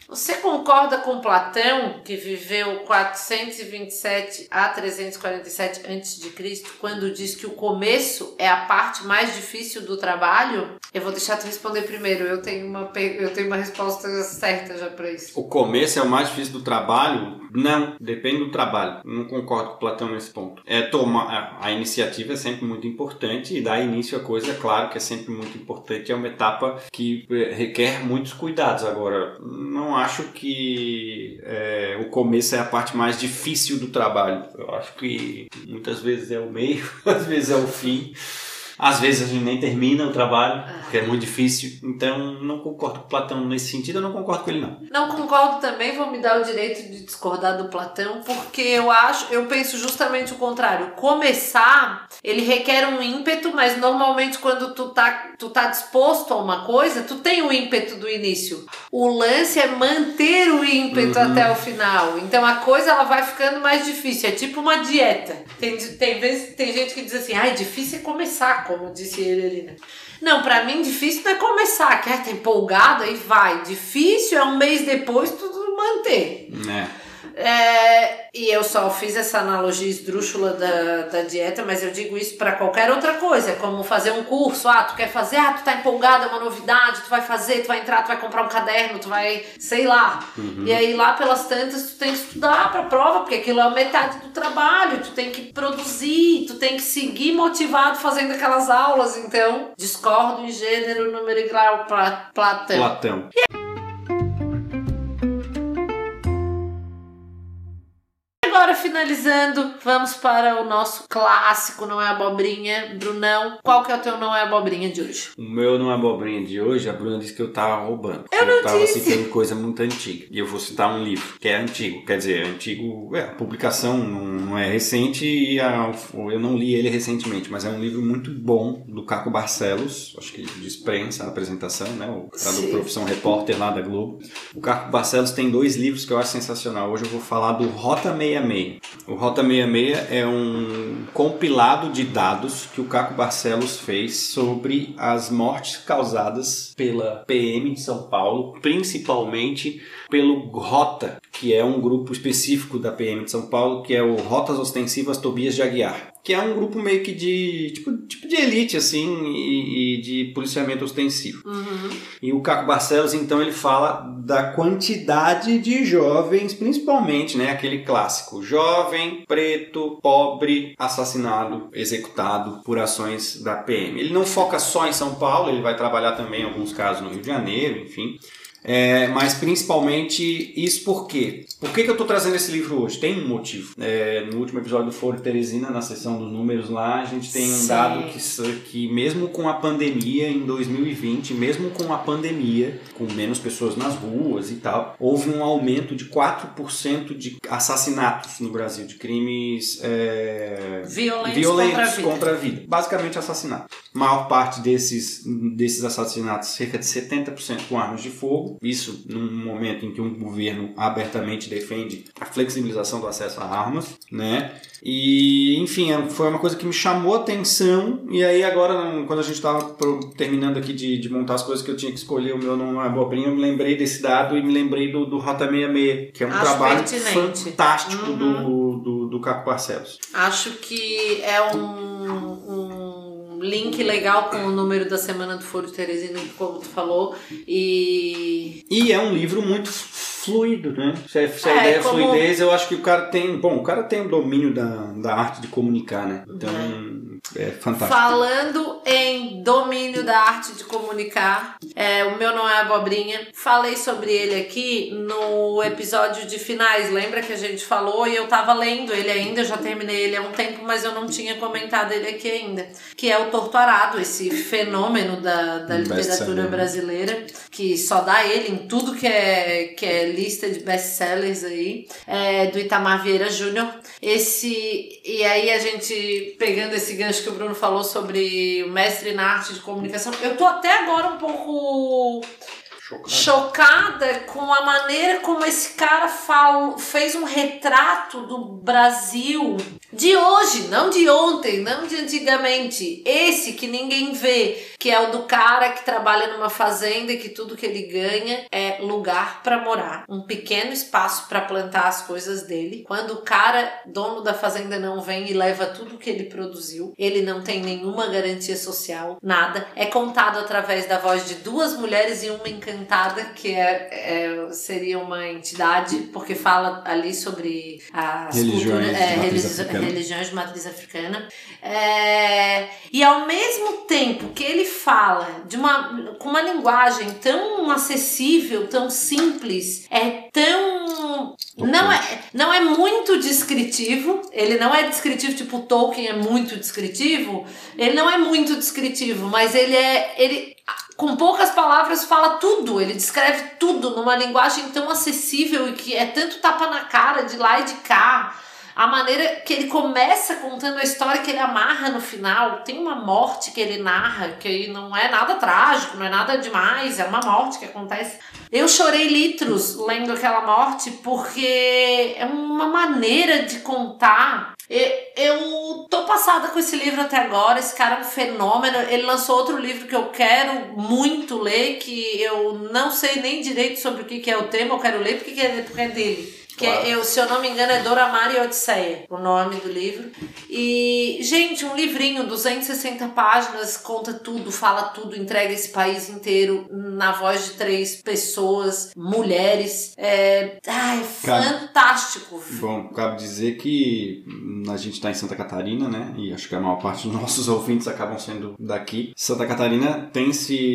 [SPEAKER 1] Você concorda com Platão, que viveu quatrocentos e vinte e sete a trezentos e quarenta e sete antes de Cristo, quando diz que o começo é a parte mais difícil do trabalho? Eu vou deixar tu responder primeiro, eu tenho uma, eu tenho uma resposta certa já pra isso.
[SPEAKER 2] O começo é o mais difícil do trabalho? Não, depende do trabalho. Não concordo com Platão nesse ponto. É tomar, a iniciativa é sempre muito importante e dar início a coisa, é claro que é sempre muito importante, é uma etapa que requer muitos cuidados. Agora, não acho que é, o começo é a parte mais difícil do trabalho. Eu acho que muitas vezes é o meio, às vezes é o fim. Às vezes a gente nem termina o trabalho, porque é muito difícil. Então, não concordo com o Platão nesse sentido, eu não concordo com ele, não.
[SPEAKER 1] Não concordo também, vou me dar o direito de discordar do Platão, porque eu acho, eu penso justamente o contrário. Começar, ele requer um ímpeto, mas normalmente quando tu tá, tu tá disposto a uma coisa, tu tem o ímpeto do início. O lance é manter o ímpeto uhum. até o final. Então, a coisa ela vai ficando mais difícil. É tipo uma dieta. Tem, tem, vezes, tem gente que diz assim, ah, é difícil é começar, como disse ele ali, né? Não, pra mim difícil não é começar, quer estar empolgada e vai. Difícil é um mês depois tudo manter.
[SPEAKER 2] É.
[SPEAKER 1] É, e eu só fiz essa analogia esdrúxula da, da dieta, mas eu digo isso pra qualquer outra coisa. É como fazer um curso, ah, tu quer fazer, ah, tu tá empolgada, é uma novidade, tu vai fazer, tu vai entrar, tu vai comprar um caderno, tu vai, sei lá. Uhum. E aí lá pelas tantas tu tem que estudar pra prova, porque aquilo é metade do trabalho, tu tem que produzir, tu tem que seguir motivado fazendo aquelas aulas. Então, discordo em gênero, número e grau, pra Platão.
[SPEAKER 2] Platão.
[SPEAKER 1] E agora, finalizando, vamos para o nosso clássico Não é Abobrinha. Brunão, qual que é o teu Não é Abobrinha de hoje?
[SPEAKER 2] O meu Não é Abobrinha de hoje, a Bruna disse que eu tava roubando.
[SPEAKER 1] Eu, eu não
[SPEAKER 2] tava
[SPEAKER 1] disse.
[SPEAKER 2] citando coisa muito antiga. E eu vou citar um livro que é antigo. Quer dizer, é antigo, é, a publicação não, não é recente e a, eu não li ele recentemente, mas é um livro muito bom do Caco Barcelos, acho que dispensa a apresentação, né? O cara do Profissão Repórter lá da Globo. O Caco Barcelos tem dois livros que eu acho sensacional. Hoje eu vou falar do Rota sessenta e seis. O Rota sessenta e seis é um compilado de dados que o Caco Barcelos fez sobre as mortes causadas pela P M de São Paulo, principalmente pelo Rota, que é um grupo específico da P M de São Paulo, que é o Rotas Ostensivas Tobias de Aguiar, que é um grupo meio que de tipo, tipo de elite assim e, e de policiamento ostensivo.
[SPEAKER 1] Uhum.
[SPEAKER 2] E o Caco Barcelos, então, ele fala da quantidade de jovens, principalmente, né, aquele clássico, jovem, preto, pobre, assassinado, executado por ações da P M. Ele não foca só em São Paulo, ele vai trabalhar também em alguns casos no Rio de Janeiro, enfim. É, mas principalmente isso por quê? Por que, que eu estou trazendo esse livro hoje? Tem um motivo. É, no último episódio do Foro Teresina, na seção dos números lá, a gente tem um Sim. dado que, que mesmo com a pandemia em dois mil e vinte, mesmo com a pandemia, com menos pessoas nas ruas e tal, houve um aumento de quatro por cento de assassinatos no Brasil, de crimes é,
[SPEAKER 1] violentos,
[SPEAKER 2] violentos
[SPEAKER 1] contra, a vida.
[SPEAKER 2] contra a vida. Basicamente assassinato. A maior parte desses, desses assassinatos, cerca de setenta por cento com armas de fogo. Isso num momento em que um governo abertamente defende a flexibilização do acesso a armas, né? E, enfim, foi uma coisa que me chamou a atenção. E aí agora, quando a gente estava terminando aqui de, de montar as coisas que eu tinha que escolher, o meu Não é Abobrinha, eu me lembrei desse dado e me lembrei do, do Rota sessenta e seis, que é um
[SPEAKER 1] Acho
[SPEAKER 2] trabalho
[SPEAKER 1] pertinente.
[SPEAKER 2] fantástico
[SPEAKER 1] Uhum.
[SPEAKER 2] do, do, do Caco Barcelos.
[SPEAKER 1] Acho que é um, um link legal com o número da semana do Foro Teresina, como tu falou. E...
[SPEAKER 2] E é um livro muito fluido, né? Se a, se a
[SPEAKER 1] é,
[SPEAKER 2] ideia é
[SPEAKER 1] como...
[SPEAKER 2] fluidez, eu acho que o cara tem... Bom, o cara tem o domínio da, da arte de comunicar, né? Então, é, é fantástico.
[SPEAKER 1] Falando em domínio da arte de comunicar, é, o meu Não é Abobrinha. Falei sobre ele aqui no episódio de finais. Lembra que a gente falou? E eu tava lendo ele ainda, já terminei ele há um tempo, mas eu não tinha comentado ele aqui ainda. Que é o Torto Arado, esse fenômeno da, da literatura brasileira, que só dá ele em tudo que é, que é lista de best-sellers aí, é, do Itamar Vieira Júnior. Esse, e aí a gente, pegando esse gancho que o Bruno falou sobre o mestre na arte de comunicação, eu tô até agora um pouco
[SPEAKER 2] Chocada.
[SPEAKER 1] chocada com a maneira como esse cara fala, fez um retrato do Brasil de hoje, não de ontem, não de antigamente. Esse que ninguém vê, que é o do cara que trabalha numa fazenda e que tudo que ele ganha é lugar para morar, um pequeno espaço para plantar as coisas dele. Quando o cara, dono da fazenda, não vem e leva tudo que ele produziu, ele não tem nenhuma garantia social, nada. É contado através da voz de duas mulheres e uma encantada, que é, é, seria uma entidade, porque fala ali sobre as
[SPEAKER 3] religiões,
[SPEAKER 1] culturas, é,
[SPEAKER 3] de matriz
[SPEAKER 1] religi-
[SPEAKER 3] africana.
[SPEAKER 1] religiões de matriz africana. É, e ao mesmo tempo que ele fala de uma, com uma linguagem tão acessível, tão simples, é tão... Não é, não é muito descritivo, ele não é descritivo tipo Tolkien é muito descritivo, ele não é muito descritivo, mas ele é... Ele, com poucas palavras fala tudo, ele descreve tudo numa linguagem tão acessível e que é tanto tapa na cara de lá e de cá. A maneira que ele começa contando a história que ele amarra no final, tem uma morte que ele narra, que não é nada trágico, não é nada demais, é uma morte que acontece. Eu chorei litros lendo aquela morte porque é uma maneira de contar. Eu tô passada com esse livro até agora, esse cara é um fenômeno. Ele lançou outro livro que eu quero muito ler, que eu não sei nem direito sobre o que é o tema, eu quero ler porque é dele. Que claro. eu, se eu não me engano, é Dora Maar e Odisseia, o nome do livro. E, gente, um livrinho, duzentas e sessenta páginas, conta tudo, fala tudo, entrega esse país inteiro na voz de três pessoas, mulheres. É, ai, é cabe, fantástico.
[SPEAKER 3] Bom, cabe dizer que a gente está em Santa Catarina, né? E acho que a maior parte dos nossos ouvintes acabam sendo daqui. Santa Catarina tem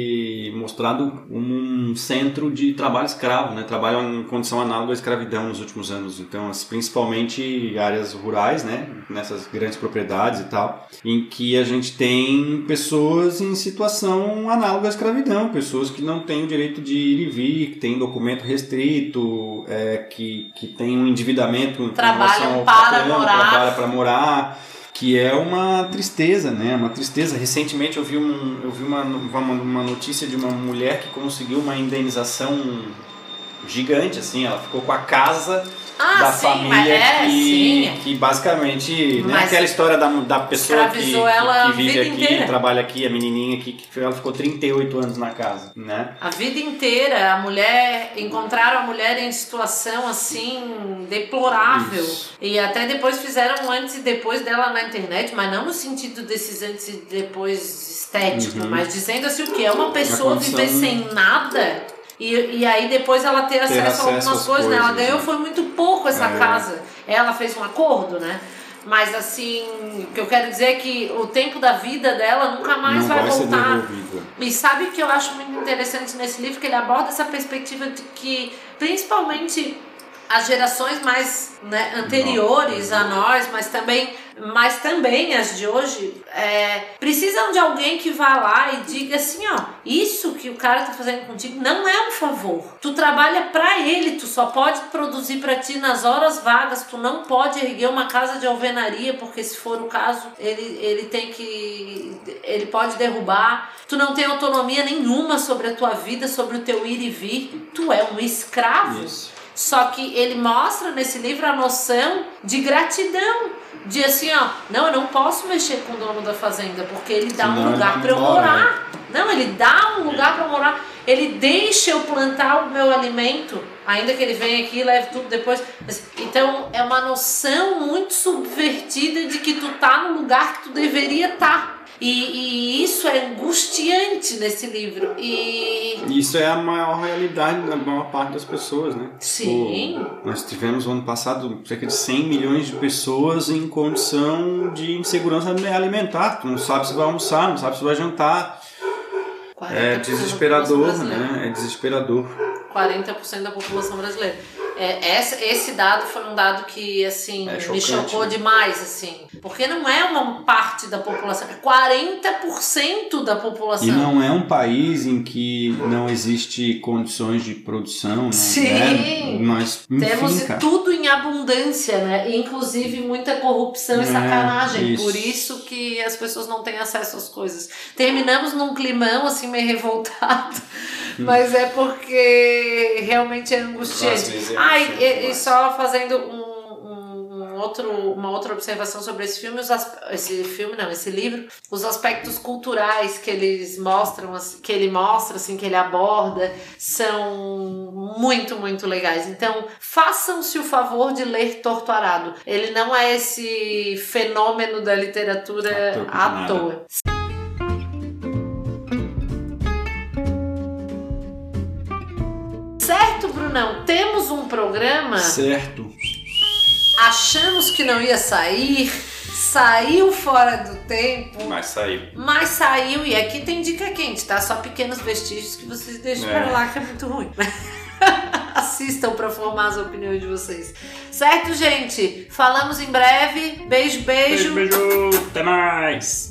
[SPEAKER 3] se mostrado um centro de trabalho escravo, né? Trabalho em condição análoga à escravidão nos últimos anos, então principalmente áreas rurais, né, nessas grandes propriedades e tal, em que a gente tem pessoas em situação análoga à escravidão, pessoas que não têm o direito de ir e vir, que têm documento restrito, é, que, que têm um endividamento em relação ao patrão, trabalha para morar, que é uma tristeza, né? Uma tristeza. Recentemente eu vi, um, eu vi uma, uma, uma notícia de uma mulher que conseguiu uma indenização gigante, assim, ela ficou com a casa
[SPEAKER 1] ah,
[SPEAKER 3] da
[SPEAKER 1] sim,
[SPEAKER 3] família
[SPEAKER 1] é,
[SPEAKER 3] que,
[SPEAKER 1] sim.
[SPEAKER 3] que basicamente, né, aquela história da, da pessoa que, que, que vive aqui, inteira. trabalha aqui, a menininha aqui, que ela ficou trinta e oito anos na casa, né?
[SPEAKER 1] A vida inteira, a mulher, encontraram a mulher em situação assim, deplorável. Isso. E até depois fizeram um antes e depois dela na internet, mas não no sentido desses antes e depois estético, uhum. mas dizendo assim o que? É uma pessoa condição... viver sem nada... E, e aí depois ela ter, ter acesso, acesso a algumas coisas, né? Ela ganhou foi muito pouco essa é. casa. Ela fez um acordo, né? Mas assim, o que eu quero dizer é que o tempo da vida dela nunca mais
[SPEAKER 3] Não
[SPEAKER 1] vai,
[SPEAKER 3] vai
[SPEAKER 1] voltar.
[SPEAKER 3] Ser
[SPEAKER 1] e sabe o que eu acho muito interessante nesse livro? Que ele aborda essa perspectiva de que, principalmente as gerações mais né, anteriores a nós, mas também, mas também as de hoje, é, precisam de alguém que vá lá e diga assim, ó, isso que o cara tá fazendo contigo não é um favor. Tu trabalha pra ele, tu só pode produzir pra ti nas horas vagas, tu não pode erguer uma casa de alvenaria, porque se for o caso, ele, ele tem que... ele pode derrubar. Tu não tem autonomia nenhuma sobre a tua vida, sobre o teu ir e vir. Tu é um escravo. Isso. Só que ele mostra nesse livro a noção de gratidão. De assim, ó, não, eu não posso mexer com o dono da fazenda, porque ele dá Senão um lugar para eu morar. Não, ele dá um lugar para eu morar. Ele deixa eu plantar o meu alimento, ainda que ele venha aqui e leve tudo depois. Então, é uma noção muito subvertida de que tu tá no lugar que tu deveria estar. E, e isso é angustiante nesse livro. E
[SPEAKER 3] isso é a maior realidade da maior parte das pessoas, né?
[SPEAKER 1] Sim.
[SPEAKER 3] Pô, nós tivemos no ano passado cerca de cem milhões de pessoas em condição de insegurança alimentar. Tu não sabe se vai almoçar, não sabe se vai jantar. É desesperador, né? É desesperador.
[SPEAKER 1] quarenta por cento da população brasileira. É, essa, esse dado foi um dado que, assim,
[SPEAKER 2] É
[SPEAKER 1] me
[SPEAKER 2] chocante,
[SPEAKER 1] chocou
[SPEAKER 2] né?
[SPEAKER 1] demais, assim. Porque não é uma parte da população, é quarenta por cento da população.
[SPEAKER 3] E não é um país em que não existe condições de produção, né?
[SPEAKER 1] Sim.
[SPEAKER 3] Mas, enfim,
[SPEAKER 1] Temos
[SPEAKER 3] cara.
[SPEAKER 1] tudo em abundância, né? Inclusive muita corrupção e
[SPEAKER 3] É,
[SPEAKER 1] sacanagem.
[SPEAKER 3] isso.
[SPEAKER 1] Por isso que as pessoas não têm acesso às coisas. Terminamos num climão, assim, meio revoltado. Mas é porque realmente é
[SPEAKER 2] Às
[SPEAKER 1] angustiante.
[SPEAKER 2] vezes é
[SPEAKER 1] Ai,
[SPEAKER 2] angustiante
[SPEAKER 1] e, e
[SPEAKER 2] demais.
[SPEAKER 1] só fazendo um, um, um outro, uma outra observação sobre esse filme, os as- esse filme não, esse livro, os aspectos culturais que eles mostram, assim, que ele mostra, assim, que ele aborda, são muito, muito legais. Então, façam-se o favor de ler Torto Arado. Ele não é esse fenômeno da literatura
[SPEAKER 3] À
[SPEAKER 1] à
[SPEAKER 3] toa.
[SPEAKER 1] toa. Certo, Brunão? Temos um programa,
[SPEAKER 3] Certo.
[SPEAKER 1] achamos que não ia sair, saiu fora do tempo,
[SPEAKER 2] Mas saiu.
[SPEAKER 1] mas saiu e aqui tem dica quente, tá? Só pequenos vestígios que vocês deixam
[SPEAKER 2] É.
[SPEAKER 1] pra lá que é muito ruim. Assistam pra formar as opiniões de vocês. Certo, gente? Falamos em breve. Beijo, beijo.
[SPEAKER 2] Beijo, beijo. Até mais.